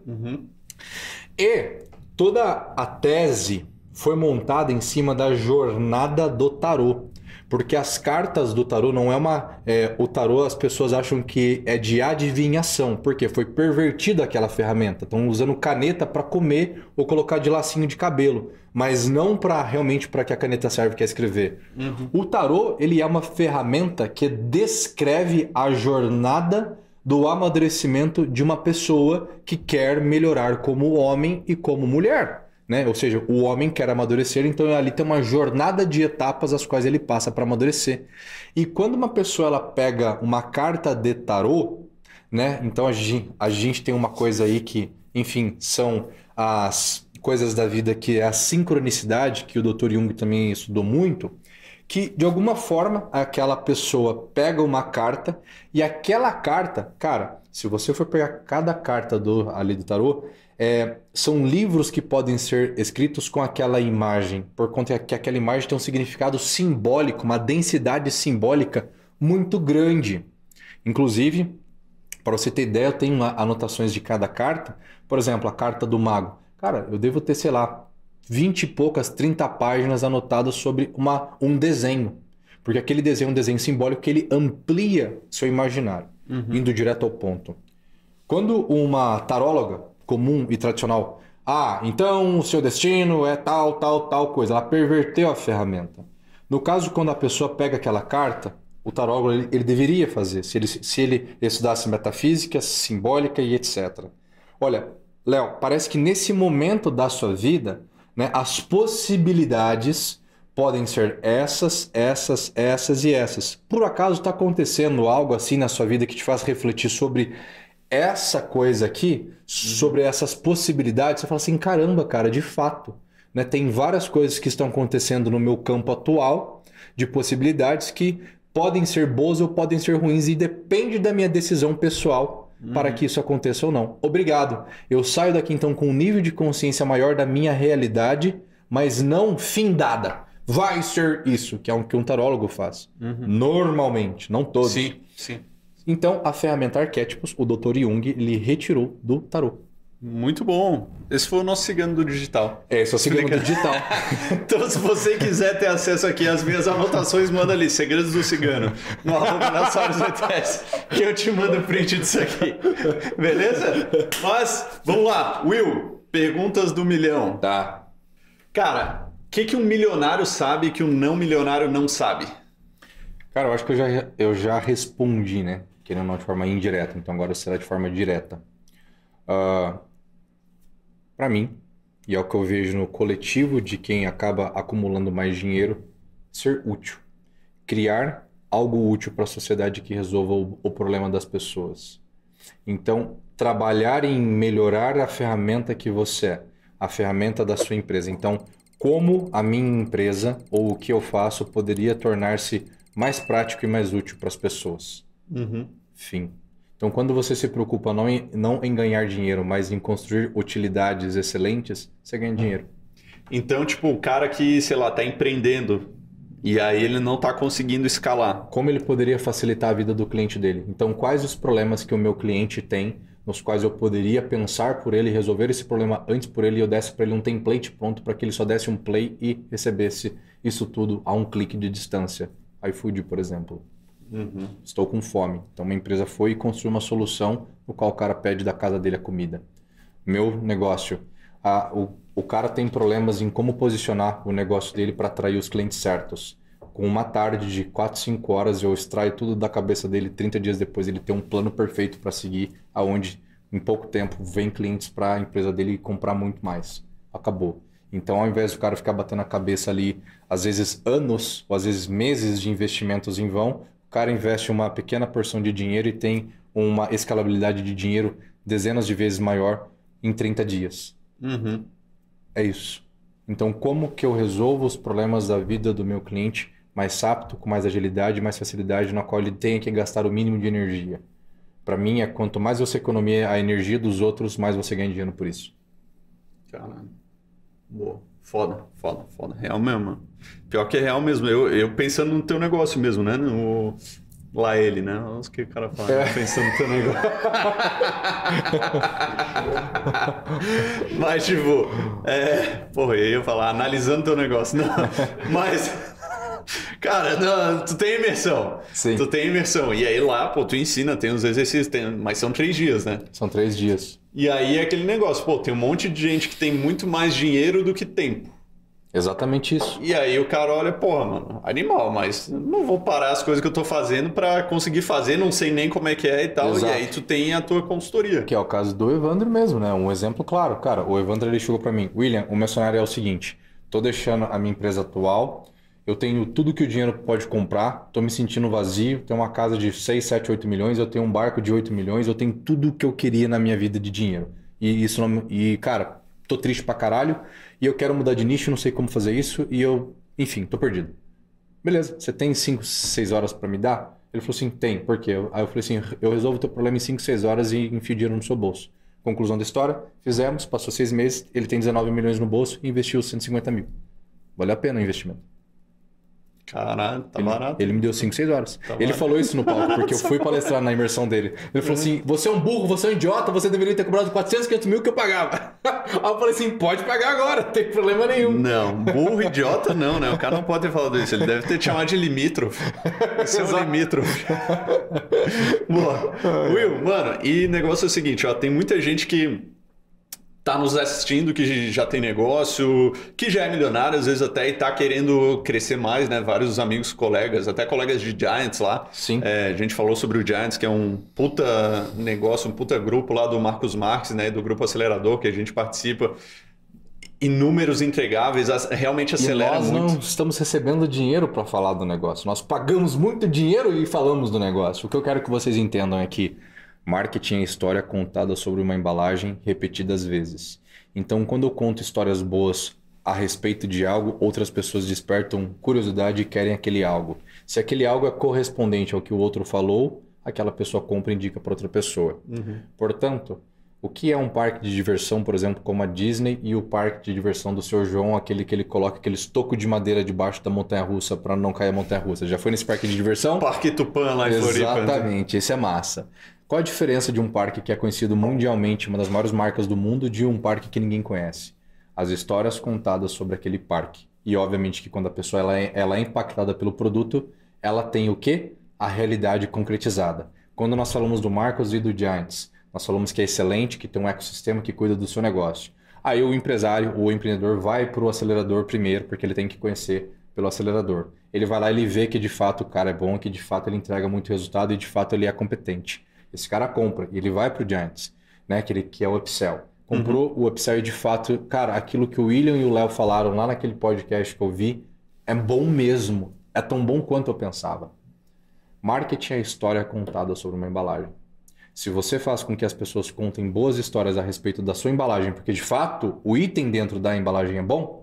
E toda a tese foi montada em cima da jornada do tarô. Porque as cartas do tarô não é uma... o tarô as pessoas acham que é de adivinhação. Porque foi pervertida aquela ferramenta. Estão usando caneta para comer ou colocar de lacinho de cabelo. Mas não para realmente para que a caneta serve, que é escrever. O tarô ele é uma ferramenta que descreve a jornada do amadurecimento de uma pessoa que quer melhorar como homem e como mulher. Né? Ou seja, o homem quer amadurecer, então ali tem uma jornada de etapas as quais ele passa para amadurecer. E quando uma pessoa ela pega uma carta de tarô, né? Então a gente tem uma coisa aí que, enfim, são as coisas da vida que é a sincronicidade, que o Dr. Jung também estudou muito, que de alguma forma aquela pessoa pega uma carta e aquela carta, cara, se você for pegar cada carta ali do tarô, são livros que podem ser escritos com aquela imagem, por conta que aquela imagem tem um significado simbólico, uma densidade simbólica muito grande. Inclusive, para você ter ideia, eu tenho anotações de cada carta. Por exemplo, a carta do mago. Cara, eu devo ter, sei lá, 20 e poucas, 30 páginas anotadas sobre um desenho. Porque aquele desenho é um desenho simbólico que ele amplia seu imaginário, indo direto ao ponto. Quando uma taróloga comum e tradicional, então o seu destino é tal coisa, ela perverteu a ferramenta. No caso, quando a pessoa pega aquela carta, o tarólogo ele deveria fazer, se ele estudasse metafísica, simbólica e etc. Olha, Léo, parece que nesse momento da sua vida, né, as possibilidades podem ser essas e essas. Por acaso está acontecendo algo assim na sua vida que te faz refletir sobre essa coisa aqui, sobre essas possibilidades? Você fala assim, caramba, cara, de fato, né, tem várias coisas que estão acontecendo no meu campo atual de possibilidades que podem ser boas ou podem ser ruins e depende da minha decisão pessoal para que isso aconteça ou não. Obrigado. Eu saio daqui então com um nível de consciência maior da minha realidade, mas não findada. Vai ser isso, que é o que um tarólogo faz. Normalmente, não todos. Sim. Então, a ferramenta Arquétipos, o Dr. Jung, ele retirou do tarô. Muito bom. Esse foi o nosso cigano do digital. Esse é o cigano do digital. Então, se você quiser ter acesso aqui às minhas anotações, manda ali, Segredos do Cigano, no @leosoares8s, que eu te mando o print disso aqui. Beleza? Mas, vamos lá. Will, perguntas do milhão. Tá. Cara, o que um milionário sabe que um não milionário não sabe? Cara, eu acho que eu já respondi, né? Querendo não de forma indireta, então agora será de forma direta. Para mim, e é o que eu vejo no coletivo de quem acaba acumulando mais dinheiro, ser útil. Criar algo útil para a sociedade que resolva o problema das pessoas. Então, trabalhar em melhorar a ferramenta que você é, a ferramenta da sua empresa. Então, como a minha empresa ou o que eu faço poderia tornar-se mais prático e mais útil para as pessoas. Fim. Então, quando você se preocupa não em ganhar dinheiro, mas em construir utilidades excelentes, você ganha dinheiro. Então, tipo, o cara que, sei lá, tá empreendendo e aí ele não tá conseguindo escalar. Como ele poderia facilitar a vida do cliente dele? Então, quais os problemas que o meu cliente tem, nos quais eu poderia pensar por ele, resolver esse problema antes por ele e eu desse para ele um template pronto para que ele só desse um play e recebesse isso tudo a um clique de distância. iFood, por exemplo. Estou com fome. Então, uma empresa foi e construiu uma solução no qual o cara pede da casa dele a comida. Meu negócio. O cara tem problemas em como posicionar o negócio dele para atrair os clientes certos. Com uma tarde de 4, 5 horas, eu extraio tudo da cabeça dele. 30 dias depois, ele tem um plano perfeito para seguir, aonde em pouco tempo vem clientes para a empresa dele comprar muito mais. Acabou. Então, ao invés do cara ficar batendo a cabeça ali, às vezes anos, ou às vezes meses de investimentos em vão, o cara investe uma pequena porção de dinheiro e tem uma escalabilidade de dinheiro dezenas de vezes maior em 30 dias. É isso. Então, como que eu resolvo os problemas da vida do meu cliente mais rápido, com mais agilidade, mais facilidade, na qual ele tenha que gastar o mínimo de energia? Para mim, quanto mais você economia a energia dos outros, mais você ganha dinheiro por isso. Caralho. Boa. Foda. Real mesmo, mano. Pior que é real mesmo. Eu pensando no teu negócio mesmo, né? Lá ele, né? Olha o que o cara fala. Pensando no teu negócio. Mas, tipo... Porra, eu ia falar analisando teu negócio. Não, mas... Cara, não, tu tem imersão. Sim. Tu tem imersão. E aí lá, pô, tu ensina, tem os exercícios, mas são 3 dias, né? São 3 dias. E aí é aquele negócio, pô, tem um monte de gente que tem muito mais dinheiro do que tempo. Exatamente isso. E aí o cara olha, porra, mano, animal, mas não vou parar as coisas que eu tô fazendo pra conseguir fazer, não sei nem como é que é e tal. Exato. E aí tu tem a tua consultoria. Que é o caso do Evandro mesmo, né? Um exemplo claro. Cara, o Evandro ele chegou pra mim. William, o meu cenário é o seguinte. Tô deixando a minha empresa atual. Eu tenho tudo que o dinheiro pode comprar. Tô me sentindo vazio. Tenho uma casa de 6, 7, 8 milhões. Eu tenho um barco de 8 milhões. Eu tenho tudo que eu queria na minha vida de dinheiro. E isso não... E, cara, tô triste pra caralho. E eu quero mudar de nicho. Não sei como fazer isso. E eu... Enfim, tô perdido. Beleza. Você tem 5, 6 horas pra me dar? Ele falou assim, tem. Por quê? Aí eu falei assim, eu resolvo o teu problema em 5, 6 horas e enfio dinheiro no seu bolso. Conclusão da história, fizemos, passou 6 meses, ele tem 19 milhões no bolso e investiu 150 mil. Valeu a pena o investimento. Caralho, tá barato. Ele me deu 5, 6 horas. Tá Ele barato. falou isso no palco, porque eu fui palestrar na imersão dele. Ele falou assim, você é um burro, você é um idiota, você deveria ter cobrado 400, 500 mil que eu pagava. Aí eu falei assim, pode pagar agora, não tem problema nenhum. Não, burro, idiota não, né? O cara não pode ter falado isso. Ele deve ter te chamado de limítrofe. Esse é o limítrofe. Boa. Will, mano, e negócio é o seguinte, ó, tem muita gente que tá nos assistindo, que já tem negócio, que já é milionário, às vezes até, e tá querendo crescer mais, né? Vários amigos, colegas, até colegas de Giants lá. Sim. A gente falou sobre o Giants, que é um puta negócio, um puta grupo lá do Marcos Marques, né? Do Grupo Acelerador, que a gente participa. Inúmeros entregáveis, realmente acelera e nós muito. não estamos recebendo dinheiro para falar do negócio. Nós pagamos muito dinheiro e falamos do negócio. O que eu quero que vocês entendam é que marketing é história contada sobre uma embalagem repetidas vezes. Então, quando eu conto histórias boas a respeito de algo, outras pessoas despertam curiosidade e querem aquele algo. Se aquele algo é correspondente ao que o outro falou, aquela pessoa compra e indica para outra pessoa. Portanto, o que é um parque de diversão, por exemplo, como a Disney, e o parque de diversão do Seu João, aquele que ele coloca aquele estoco de madeira debaixo da montanha-russa para não cair a montanha-russa? Já foi nesse parque de diversão? Parque Tupã lá em Floripa. Exatamente, esse é massa. Qual a diferença de um parque que é conhecido mundialmente, uma das maiores marcas do mundo, de um parque que ninguém conhece? As histórias contadas sobre aquele parque. E obviamente que quando a pessoa ela é impactada pelo produto, ela tem o quê? A realidade concretizada. Quando nós falamos do Marcos e do Giants, nós falamos que é excelente, que tem um ecossistema que cuida do seu negócio. Aí o empresário, o empreendedor vai para o acelerador primeiro, porque ele tem que conhecer pelo acelerador. Ele vai lá e ele vê que de fato o cara é bom, que de fato ele entrega muito resultado e de fato ele é competente. Esse cara compra e ele vai para o Giants, né? Que é o upsell. Comprou o upsell e de fato, cara, aquilo que o William e o Léo falaram lá naquele podcast que eu vi é bom mesmo. É tão bom quanto eu pensava. Marketing é a história contada sobre uma embalagem. Se você faz com que as pessoas contem boas histórias a respeito da sua embalagem, porque de fato o item dentro da embalagem é bom,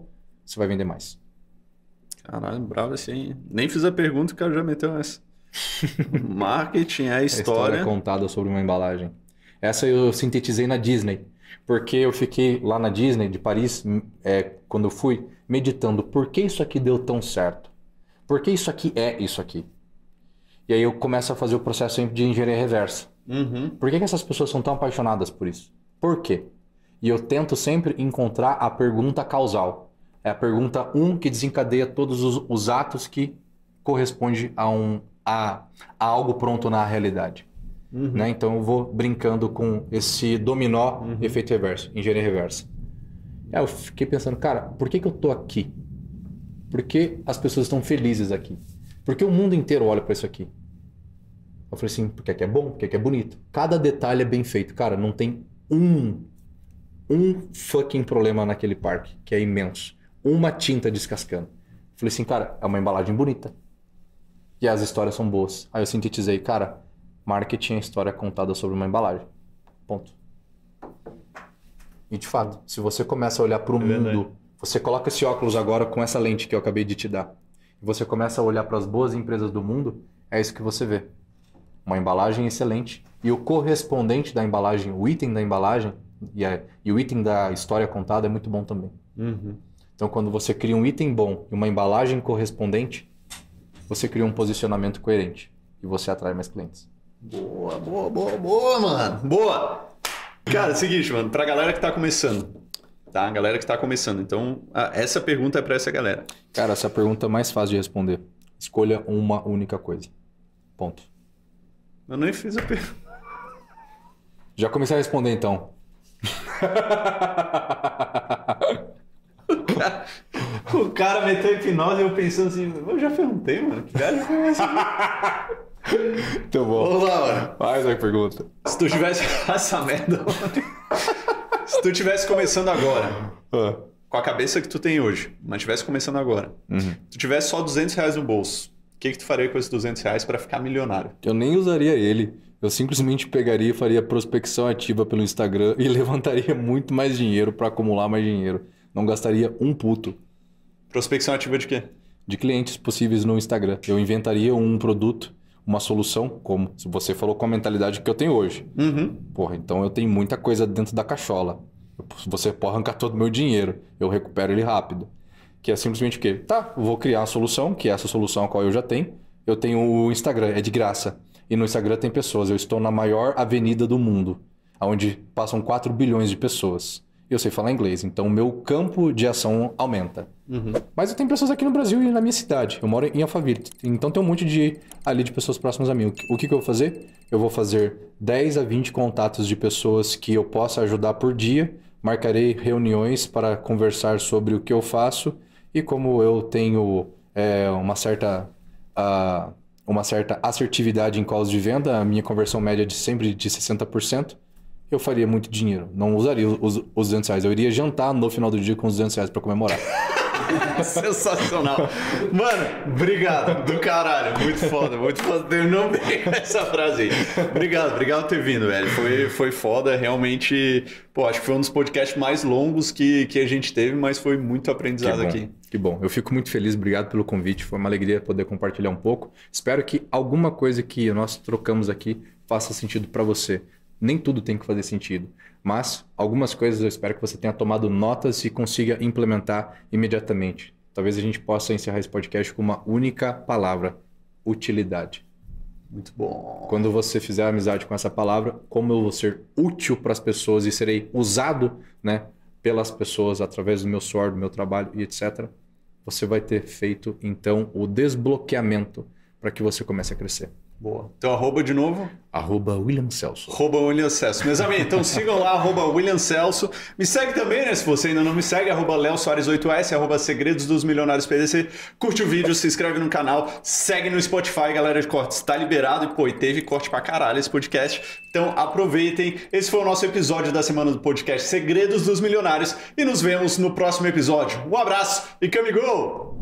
você vai vender mais. Caralho, bravo assim. Nem fiz a pergunta, o cara já meteu essa. Marketing é a história contada sobre uma embalagem. Essa eu sintetizei na Disney. Porque eu fiquei lá na Disney de Paris, quando eu fui, meditando. Por que isso aqui deu tão certo? Por que isso aqui é isso aqui? E aí eu começo a fazer o processo sempre de engenharia reversa. Por que essas pessoas são tão apaixonadas por isso? Por quê? E eu tento sempre encontrar a pergunta causal. É a pergunta 1 que desencadeia todos os atos que correspondem a algo pronto na realidade. Né? Então eu vou brincando com esse dominó efeito reverso, engenharia reversa. Eu fiquei pensando, cara, por que eu tô aqui? Por que as pessoas estão felizes aqui? Por que o mundo inteiro olha para isso aqui? Eu falei assim, porque aqui é bom, porque aqui é bonito. Cada detalhe é bem feito. Cara, não tem um fucking problema naquele parque, que é imenso. Uma tinta descascando. Eu falei assim, cara, é uma embalagem bonita. E as histórias são boas. Aí eu sintetizei, cara, marketing é a história contada sobre uma embalagem. Ponto. E de fato, se você começa a olhar para o mundo, você coloca esse óculos agora com essa lente que eu acabei de te dar, e você começa a olhar para as boas empresas do mundo, é isso que você vê. Uma embalagem excelente e o correspondente da embalagem, o item da embalagem e o item da história contada é muito bom também. Então, quando você cria um item bom e uma embalagem correspondente, você cria um posicionamento coerente e você atrai mais clientes. Boa, mano. Boa! Cara, é o seguinte, mano, pra galera que tá começando, tá? Galera que tá começando. Então, essa pergunta é pra essa galera. Cara, essa pergunta é mais fácil de responder. Escolha uma única coisa. Ponto. Eu nem fiz a pergunta. Já comecei a responder, então. O cara meteu hipnose e eu pensando assim, eu já perguntei, mano. Que cara já foi essa? Muito bom. Vamos lá, mano. Faz a pergunta. Se tu tivesse... Essa merda, mano. Se tu tivesse começando agora, com a cabeça que tu tem hoje, mas tivesse começando agora, tu tivesse só R$200 no bolso, o que tu faria com esses R$200 para ficar milionário? Eu nem usaria ele. Eu simplesmente pegaria e faria prospecção ativa pelo Instagram e levantaria muito mais dinheiro para acumular mais dinheiro. Não gastaria um puto. Prospecção ativa de quê? De clientes possíveis no Instagram. Eu inventaria um produto, uma solução, como você falou, com a mentalidade que eu tenho hoje. Porra, então eu tenho muita coisa dentro da cachola. Você pode arrancar todo o meu dinheiro. Eu recupero ele rápido. Que é simplesmente o quê? Tá, eu vou criar uma solução, que é essa solução a qual eu já tenho. Eu tenho o Instagram, é de graça. E no Instagram tem pessoas. Eu estou na maior avenida do mundo, onde passam 4 bilhões de pessoas. Eu sei falar inglês, então o meu campo de ação aumenta. Mas eu tenho pessoas aqui no Brasil e na minha cidade. Eu moro em Alphaville, então tem um monte de pessoas próximas a mim. O que eu vou fazer? Eu vou fazer 10 a 20 contatos de pessoas que eu possa ajudar por dia. Marcarei reuniões para conversar sobre o que eu faço. E como eu tenho uma certa assertividade em calls de venda, a minha conversão média é sempre de 60%, eu faria muito dinheiro. Não usaria os R$200. Eu iria jantar no final do dia com os R$200 para comemorar. Sensacional. Mano, obrigado. Do caralho. Muito foda. Terminou bem essa frase aí. Obrigado por ter vindo, velho. Foi foda. Realmente, acho que foi um dos podcasts mais longos que a gente teve, mas foi muito aprendizado aqui. Que bom. Eu fico muito feliz. Obrigado pelo convite. Foi uma alegria poder compartilhar um pouco. Espero que alguma coisa que nós trocamos aqui faça sentido para você. Nem tudo tem que fazer sentido, mas algumas coisas eu espero que você tenha tomado notas e consiga implementar imediatamente. Talvez a gente possa encerrar esse podcast com uma única palavra: utilidade. Muito bom. Quando você fizer amizade com essa palavra, como eu vou ser útil para as pessoas e serei usado, né, pelas pessoas através do meu suor, do meu trabalho e etc., você vai ter feito, então, o desbloqueamento para que você comece a crescer. Boa. Então, arroba de novo? William Celso. William Celso. Meus amigos, então sigam lá, William Celso. Me segue também, né? Se você ainda não me segue, Léo Soares 8S, Segredos dos Milionários PDC. Curte o vídeo, se inscreve no canal, segue no Spotify, galera de cortes. Tá liberado e, teve corte pra caralho esse podcast. Então, aproveitem. Esse foi o nosso episódio da semana do podcast Segredos dos Milionários e nos vemos no próximo episódio. Um abraço e come go!